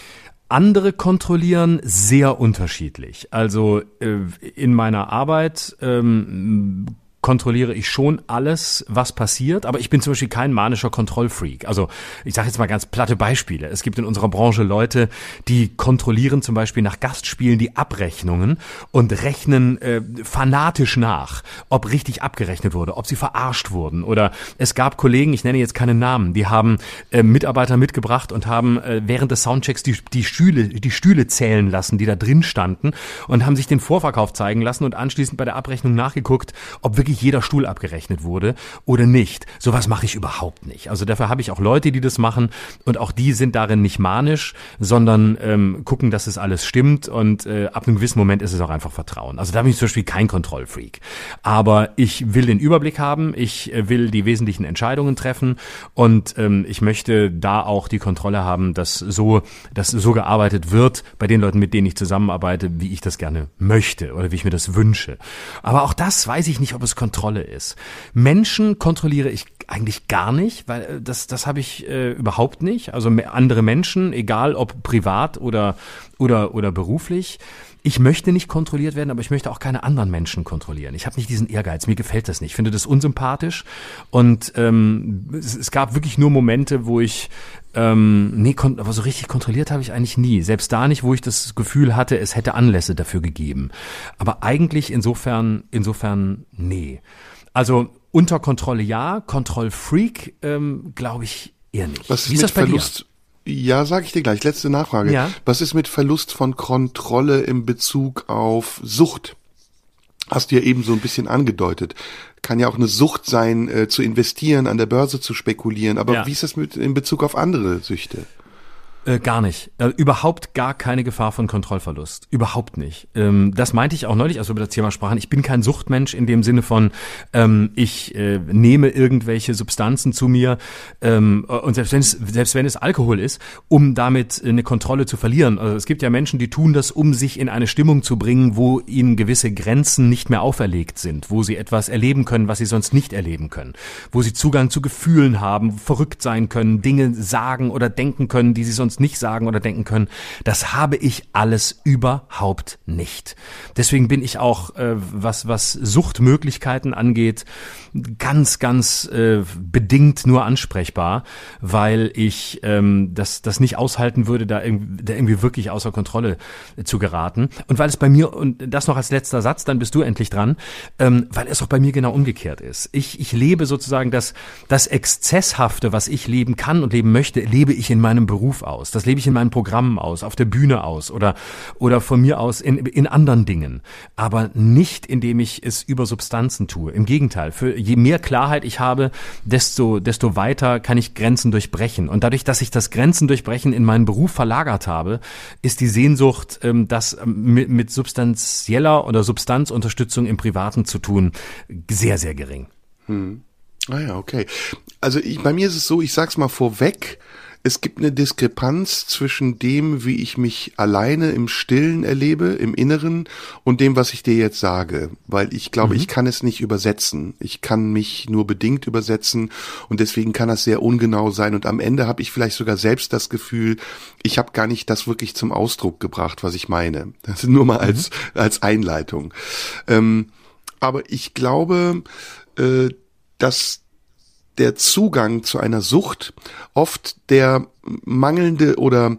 andere kontrollieren sehr unterschiedlich. Also äh, in meiner Arbeit ähm, kontrolliere ich schon alles, was passiert, aber ich bin zum Beispiel kein manischer Kontrollfreak. Also ich sage jetzt mal ganz platte Beispiele. Es gibt in unserer Branche Leute, die kontrollieren zum Beispiel nach Gastspielen die Abrechnungen und rechnen äh, fanatisch nach, ob richtig abgerechnet wurde, ob sie verarscht wurden. Oder es gab Kollegen, ich nenne jetzt keine Namen, die haben äh, Mitarbeiter mitgebracht und haben äh, während des Soundchecks die, die Stühle, die Stühle zählen lassen, die da drin standen, und haben sich den Vorverkauf zeigen lassen und anschließend bei der Abrechnung nachgeguckt, ob wirklich jeder Stuhl abgerechnet wurde oder nicht. Sowas mache ich überhaupt nicht. Also dafür habe ich auch Leute, die das machen, und auch die sind darin nicht manisch, sondern ähm, gucken, dass es alles stimmt, und äh, ab einem gewissen Moment ist es auch einfach Vertrauen. Also da bin ich zum Beispiel kein Kontrollfreak. Aber ich will den Überblick haben, ich äh, will die wesentlichen Entscheidungen treffen, und ähm, ich möchte da auch die Kontrolle haben, dass so, dass so gearbeitet wird bei den Leuten, mit denen ich zusammenarbeite, wie ich das gerne möchte oder wie ich mir das wünsche. Aber auch das weiß ich nicht, ob es Kontrolle ist. Menschen kontrolliere ich eigentlich gar nicht, weil das das habe ich äh, überhaupt nicht. Also andere Menschen, egal ob privat oder oder oder beruflich. Ich möchte nicht kontrolliert werden, aber ich möchte auch keine anderen Menschen kontrollieren. Ich habe nicht diesen Ehrgeiz, mir gefällt das nicht. Ich finde das unsympathisch, und ähm, es, es gab wirklich nur Momente, wo ich ähm, nee, kon- aber so richtig kontrolliert habe ich eigentlich nie. Selbst da nicht, wo ich das Gefühl hatte, es hätte Anlässe dafür gegeben. Aber eigentlich insofern, insofern nee. Also unter Kontrolle ja, Kontrollfreak ähm, glaube ich eher nicht. Was ist Wie ist mit das bei Verlust? dir? Ja, sage ich dir gleich. Letzte Nachfrage. Ja. Was ist mit Verlust von Kontrolle in Bezug auf Sucht? Hast du ja eben so ein bisschen angedeutet. Kann ja auch eine Sucht sein, äh, zu investieren, an der Börse zu spekulieren. Aber Ja. wie ist das mit in Bezug auf andere Süchte? Äh, gar nicht. Äh, überhaupt gar keine Gefahr von Kontrollverlust. Überhaupt nicht. Ähm, das meinte ich auch neulich, als wir über das Thema sprachen. Ich bin kein Suchtmensch in dem Sinne von, ähm, ich äh, nehme irgendwelche Substanzen zu mir, ähm, und selbst wenn es, selbst wenn es Alkohol ist, um damit eine Kontrolle zu verlieren. Also es gibt ja Menschen, die tun das, um sich in eine Stimmung zu bringen, wo ihnen gewisse Grenzen nicht mehr auferlegt sind, wo sie etwas erleben können, was sie sonst nicht erleben können, wo sie Zugang zu Gefühlen haben, verrückt sein können, Dinge sagen oder denken können, die sie sonst nicht sagen oder denken können. Das habe ich alles überhaupt nicht. Deswegen bin ich auch, äh, was was Suchtmöglichkeiten angeht, ganz, ganz äh, bedingt nur ansprechbar, weil ich ähm, das das nicht aushalten würde, da irgendwie, da irgendwie wirklich außer Kontrolle äh, zu geraten. Und weil es bei mir, und das noch als letzter Satz, dann bist du endlich dran, ähm, weil es auch bei mir genau umgekehrt ist. Ich ich lebe sozusagen das das Exzesshafte, was ich leben kann und leben möchte, lebe ich in meinem Beruf aus. Das lebe ich in meinen Programmen aus, auf der Bühne aus oder oder von mir aus in in anderen Dingen, aber nicht, indem ich es über Substanzen tue. Im Gegenteil, für je mehr Klarheit ich habe, desto desto weiter kann ich Grenzen durchbrechen. Und dadurch, dass ich das Grenzen durchbrechen in meinen Beruf verlagert habe, ist die Sehnsucht, das mit, mit substanzieller oder Substanzunterstützung im Privaten zu tun, sehr, sehr gering. Hm. Ah ja, okay. Also ich, bei mir ist es so, ich sag's mal vorweg, es gibt eine Diskrepanz zwischen dem, wie ich mich alleine im Stillen erlebe, im Inneren, und dem, was ich dir jetzt sage. Weil ich glaube, mhm. ich kann es nicht übersetzen. Ich kann mich nur bedingt übersetzen, und deswegen kann das sehr ungenau sein. Und am Ende habe ich vielleicht sogar selbst das Gefühl, ich habe gar nicht das wirklich zum Ausdruck gebracht, was ich meine. Das ist nur mal als, mhm. als Einleitung. Ähm, aber ich glaube, äh, dass der Zugang zu einer Sucht oft der mangelnde oder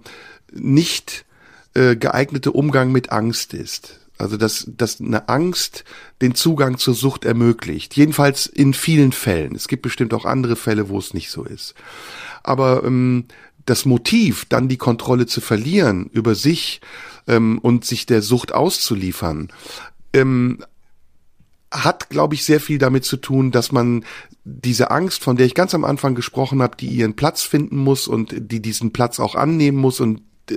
nicht äh, geeignete Umgang mit Angst ist. Also dass, dass eine Angst den Zugang zur Sucht ermöglicht. Jedenfalls in vielen Fällen. Es gibt bestimmt auch andere Fälle, wo es nicht so ist. Aber ähm, das Motiv, dann die Kontrolle zu verlieren über sich ähm, und sich der Sucht auszuliefern, ähm, hat, glaube ich, sehr viel damit zu tun, dass man diese Angst, von der ich ganz am Anfang gesprochen habe, die ihren Platz finden muss und die diesen Platz auch annehmen muss und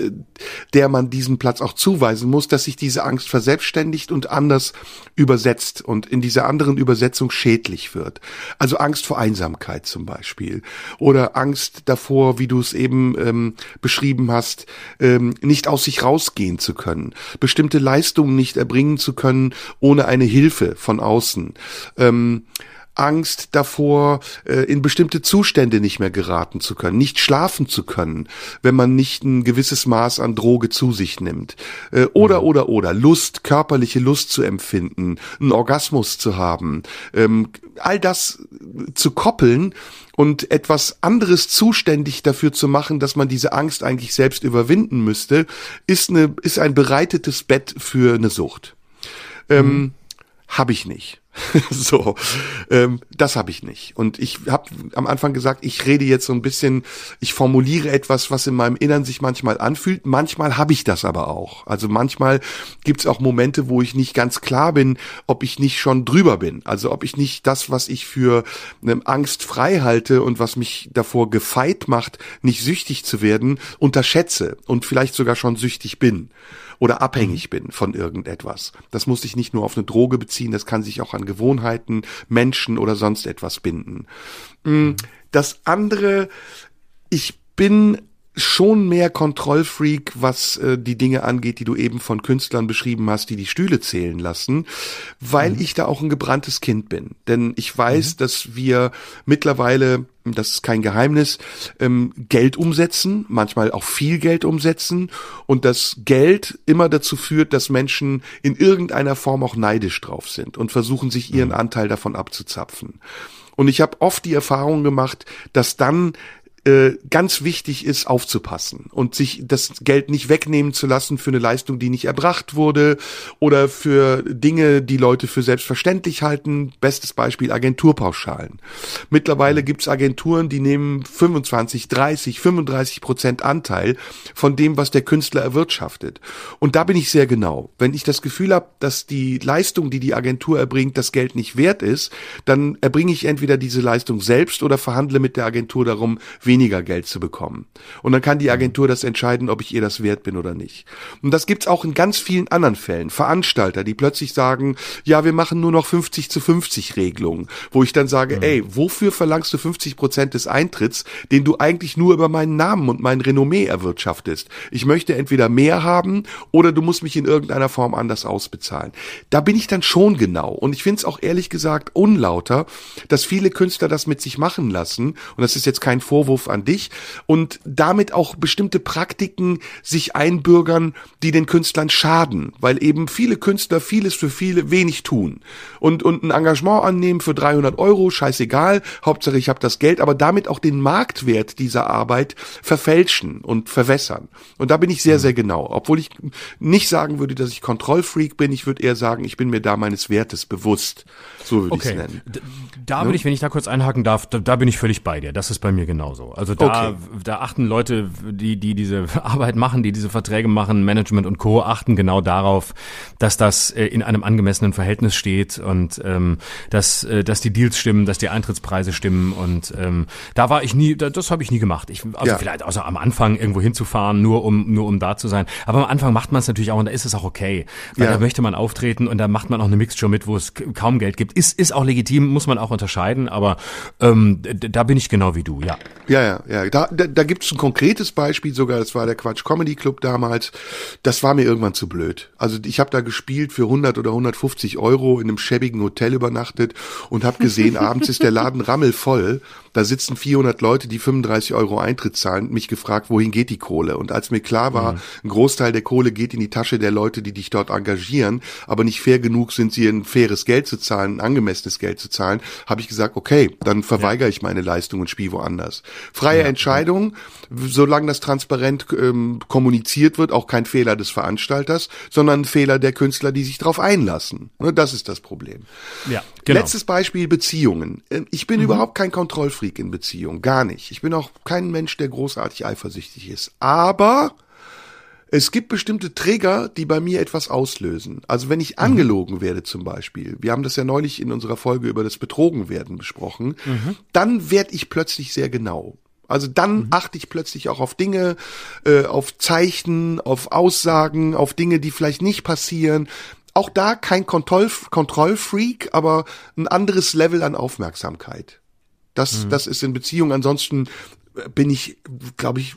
der man diesen Platz auch zuweisen muss, dass sich diese Angst verselbstständigt und anders übersetzt und in dieser anderen Übersetzung schädlich wird. Also Angst vor Einsamkeit zum Beispiel oder Angst davor, wie du es eben ähm, beschrieben hast, ähm, nicht aus sich rausgehen zu können, bestimmte Leistungen nicht erbringen zu können ohne eine Hilfe von außen. Ähm, Angst davor, äh, in bestimmte Zustände nicht mehr geraten zu können, nicht schlafen zu können, wenn man nicht ein gewisses Maß an Droge zu sich nimmt. Äh, oder, mhm. oder, oder. Lust, körperliche Lust zu empfinden, einen Orgasmus zu haben. Ähm, all das zu koppeln und etwas anderes zuständig dafür zu machen, dass man diese Angst eigentlich selbst überwinden müsste, ist eine, ist ein bereitetes Bett für eine Sucht. Ähm, mhm. Habe ich nicht. So, ähm, das habe ich nicht. Und ich habe am Anfang gesagt, ich rede jetzt so ein bisschen, ich formuliere etwas, was in meinem Innern sich manchmal anfühlt. Manchmal habe ich das aber auch. Also manchmal gibt es auch Momente, wo ich nicht ganz klar bin, ob ich nicht schon drüber bin. Also ob ich nicht das, was ich für ähm, Angst frei halte und was mich davor gefeit macht, nicht süchtig zu werden, unterschätze und vielleicht sogar schon süchtig bin. Oder abhängig bin von irgendetwas. Das muss sich nicht nur auf eine Droge beziehen, das kann sich auch an Gewohnheiten, Menschen oder sonst etwas binden. Das andere, ich bin schon mehr Kontrollfreak, was äh, die Dinge angeht, die du eben von Künstlern beschrieben hast, die die Stühle zählen lassen, weil mhm. ich da auch ein gebranntes Kind bin. Denn ich weiß, mhm. dass wir mittlerweile, das ist kein Geheimnis, ähm, Geld umsetzen, manchmal auch viel Geld umsetzen und das Geld immer dazu führt, dass Menschen in irgendeiner Form auch neidisch drauf sind und versuchen, sich ihren mhm. Anteil davon abzuzapfen. Und ich habe oft die Erfahrung gemacht, dass dann ganz wichtig ist, aufzupassen und sich das Geld nicht wegnehmen zu lassen für eine Leistung, die nicht erbracht wurde oder für Dinge, die Leute für selbstverständlich halten. Bestes Beispiel Agenturpauschalen. Mittlerweile gibt's Agenturen, die nehmen fünfundzwanzig, dreißig, fünfunddreißig Prozent Anteil von dem, was der Künstler erwirtschaftet. Und da bin ich sehr genau. Wenn ich das Gefühl habe, dass die Leistung, die die Agentur erbringt, das Geld nicht wert ist, dann erbringe ich entweder diese Leistung selbst oder verhandle mit der Agentur darum, weniger Geld zu bekommen. Und dann kann die Agentur das entscheiden, ob ich ihr das wert bin oder nicht. Und das gibt's auch in ganz vielen anderen Fällen. Veranstalter, die plötzlich sagen, ja, wir machen nur noch fünfzig zu fünfzig Regelungen, wo ich dann sage, mhm. ey, wofür verlangst du fünfzig Prozent des Eintritts, den du eigentlich nur über meinen Namen und mein Renommee erwirtschaftest? Ich möchte entweder mehr haben oder du musst mich in irgendeiner Form anders ausbezahlen. Da bin ich dann schon genau. Und ich finde es auch ehrlich gesagt unlauter, dass viele Künstler das mit sich machen lassen. Und das ist jetzt kein Vorwurf an dich und damit auch bestimmte Praktiken sich einbürgern, die den Künstlern schaden, weil eben viele Künstler vieles für viele wenig tun und und ein Engagement annehmen für dreihundert Euro, scheißegal, Hauptsache ich habe das Geld, aber damit auch den Marktwert dieser Arbeit verfälschen und verwässern. Und da bin ich sehr, sehr genau, obwohl ich nicht sagen würde, dass ich Kontrollfreak bin, ich würde eher sagen, ich bin mir da meines Wertes bewusst, so würde okay. ich es nennen. D- da ja? bin ich, wenn ich da kurz einhaken darf, da, da bin ich völlig bei dir, das ist bei mir genauso. Also da, okay. da achten Leute, die die diese Arbeit machen, die diese Verträge machen, Management und Co. achten genau darauf, dass das äh, in einem angemessenen Verhältnis steht und ähm, dass äh, dass die Deals stimmen, dass die Eintrittspreise stimmen und ähm, da war ich nie, da, das habe ich nie gemacht. Ich, also ja. vielleicht außer am Anfang irgendwo hinzufahren, nur um nur um da zu sein. Aber am Anfang macht man es natürlich auch und da ist es auch okay, weil ja. da möchte man auftreten und da macht man auch eine Mixture mit, wo es k- kaum Geld gibt. Ist ist auch legitim, muss man auch unterscheiden, aber ähm, d- da bin ich genau wie du, ja. Ja, ja, ja. Da, da, da gibt's ein konkretes Beispiel sogar, das war der Quatsch Comedy Club damals. Das war mir irgendwann zu blöd. Also ich habe da gespielt für hundert oder hundertfünfzig Euro in einem schäbigen Hotel übernachtet und habe gesehen, abends ist der Laden rammelvoll. Da sitzen vierhundert Leute, die fünfunddreißig Euro Eintritt zahlen, mich gefragt, wohin geht die Kohle? Und als mir klar war, mhm. ein Großteil der Kohle geht in die Tasche der Leute, die dich dort engagieren, aber nicht fair genug sind sie, ein faires Geld zu zahlen, ein angemessenes Geld zu zahlen, habe ich gesagt, okay, dann verweigere ja. ich meine Leistung und spiele woanders. Freie ja. Entscheidung, solange das transparent ähm, kommuniziert wird, auch kein Fehler des Veranstalters, sondern ein Fehler der Künstler, die sich darauf einlassen. Das ist das Problem. Ja, genau. Letztes Beispiel, Beziehungen. Ich bin mhm. überhaupt kein Kontrollfreak in Beziehung, gar nicht. Ich bin auch kein Mensch, der großartig eifersüchtig ist. Aber es gibt bestimmte Trigger, die bei mir etwas auslösen. Also wenn ich angelogen mhm. werde zum Beispiel, wir haben das ja neulich in unserer Folge über das Betrogenwerden besprochen, mhm. dann werde ich plötzlich sehr genau. Also dann mhm. achte ich plötzlich auch auf Dinge, äh, auf Zeichen, auf Aussagen, auf Dinge, die vielleicht nicht passieren. Auch da kein Kontroll, Kontrollfreak, aber ein anderes Level an Aufmerksamkeit. Das, mhm. das ist in Beziehung. Ansonsten bin ich, glaube ich,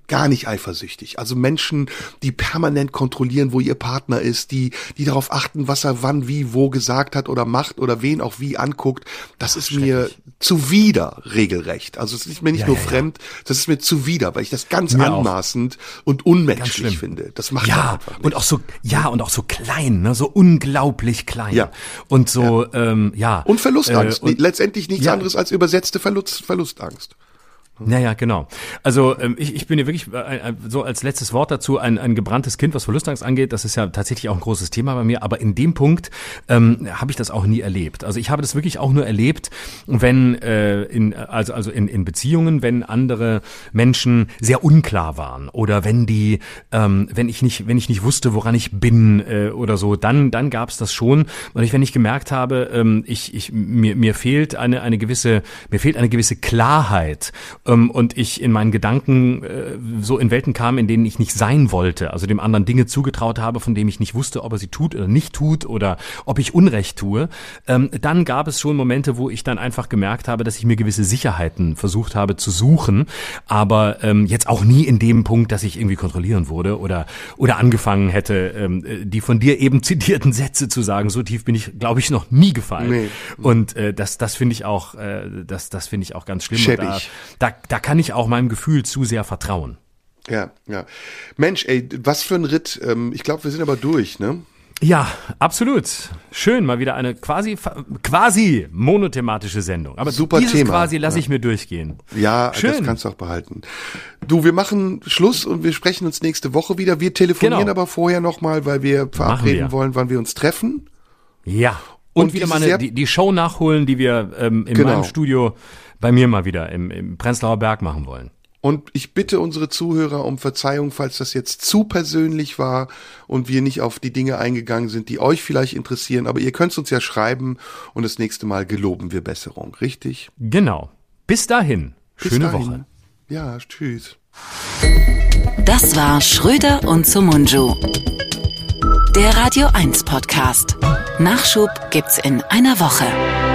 gar nicht eifersüchtig. Also Menschen, die permanent kontrollieren, wo ihr Partner ist, die die darauf achten, was er wann, wie, wo gesagt hat oder macht oder wen auch wie anguckt, das ist mir zuwider regelrecht. Also es ist mir nicht ja, nur ja, fremd, ja. das ist mir zuwider, weil ich das ganz mir anmaßend auch. und unmenschlich finde. Das macht ja einfach nicht. und auch so ja und auch so klein, ne, so unglaublich klein. Ja. Und so ja, ähm, ja. Und Verlustangst. Äh, und, Letztendlich nichts ja. anderes als übersetzte Verlust, Verlustangst. Ja, ja, genau. Also ähm, ich, ich bin ja wirklich äh, so als letztes Wort dazu ein, ein gebranntes Kind, was Verlustangst angeht. Das ist ja tatsächlich auch ein großes Thema bei mir. Aber in dem Punkt ähm, habe ich das auch nie erlebt. Also ich habe das wirklich auch nur erlebt, wenn äh, in also also in, in Beziehungen, wenn andere Menschen sehr unklar waren oder wenn die ähm, wenn ich nicht wenn ich nicht wusste, woran ich bin äh, oder so, dann dann gab es das schon. Und ich wenn ich gemerkt habe, ähm, ich ich mir mir fehlt eine eine gewisse mir fehlt eine gewisse Klarheit. Und ich in meinen Gedanken äh, so in Welten kam, in denen ich nicht sein wollte, also dem anderen Dinge zugetraut habe, von denen ich nicht wusste, ob er sie tut oder nicht tut oder ob ich Unrecht tue, ähm, dann gab es schon Momente, wo ich dann einfach gemerkt habe, dass ich mir gewisse Sicherheiten versucht habe zu suchen, aber ähm, jetzt auch nie in dem Punkt, dass ich irgendwie kontrollieren wurde oder oder angefangen hätte, ähm, die von dir eben zitierten Sätze zu sagen. So tief bin ich, glaube ich, noch nie gefallen. Nee. Und äh, das das finde ich auch, äh, das das finde ich auch ganz schlimm. Schäbig. Und da, da Da kann ich auch meinem Gefühl zu sehr vertrauen. Ja, ja. Mensch, ey, was für ein Ritt. Ich glaube, wir sind aber durch, ne? Ja, absolut. Schön, mal wieder eine quasi quasi monothematische Sendung. Aber super dieses Thema. Quasi lasse ja. ich mir durchgehen. Ja, Schön. Das kannst du auch behalten. Du, wir machen Schluss und wir sprechen uns nächste Woche wieder. Wir telefonieren genau. aber vorher nochmal, weil wir verabreden wir. wollen, wann wir uns treffen. Ja. Und, und wieder mal eine, die, die Show nachholen, die wir ähm, in genau. meinem Studio bei mir mal wieder im, im Prenzlauer Berg machen wollen. Und ich bitte unsere Zuhörer um Verzeihung, falls das jetzt zu persönlich war und wir nicht auf die Dinge eingegangen sind, die euch vielleicht interessieren. Aber ihr könnt es uns ja schreiben und das nächste Mal geloben wir Besserung, richtig? Genau. Bis dahin. Bis Schöne dahin. Woche. Ja, tschüss. Das war Schröder und Sumunju. Der Radio eins Podcast. Nachschub gibt's in einer Woche.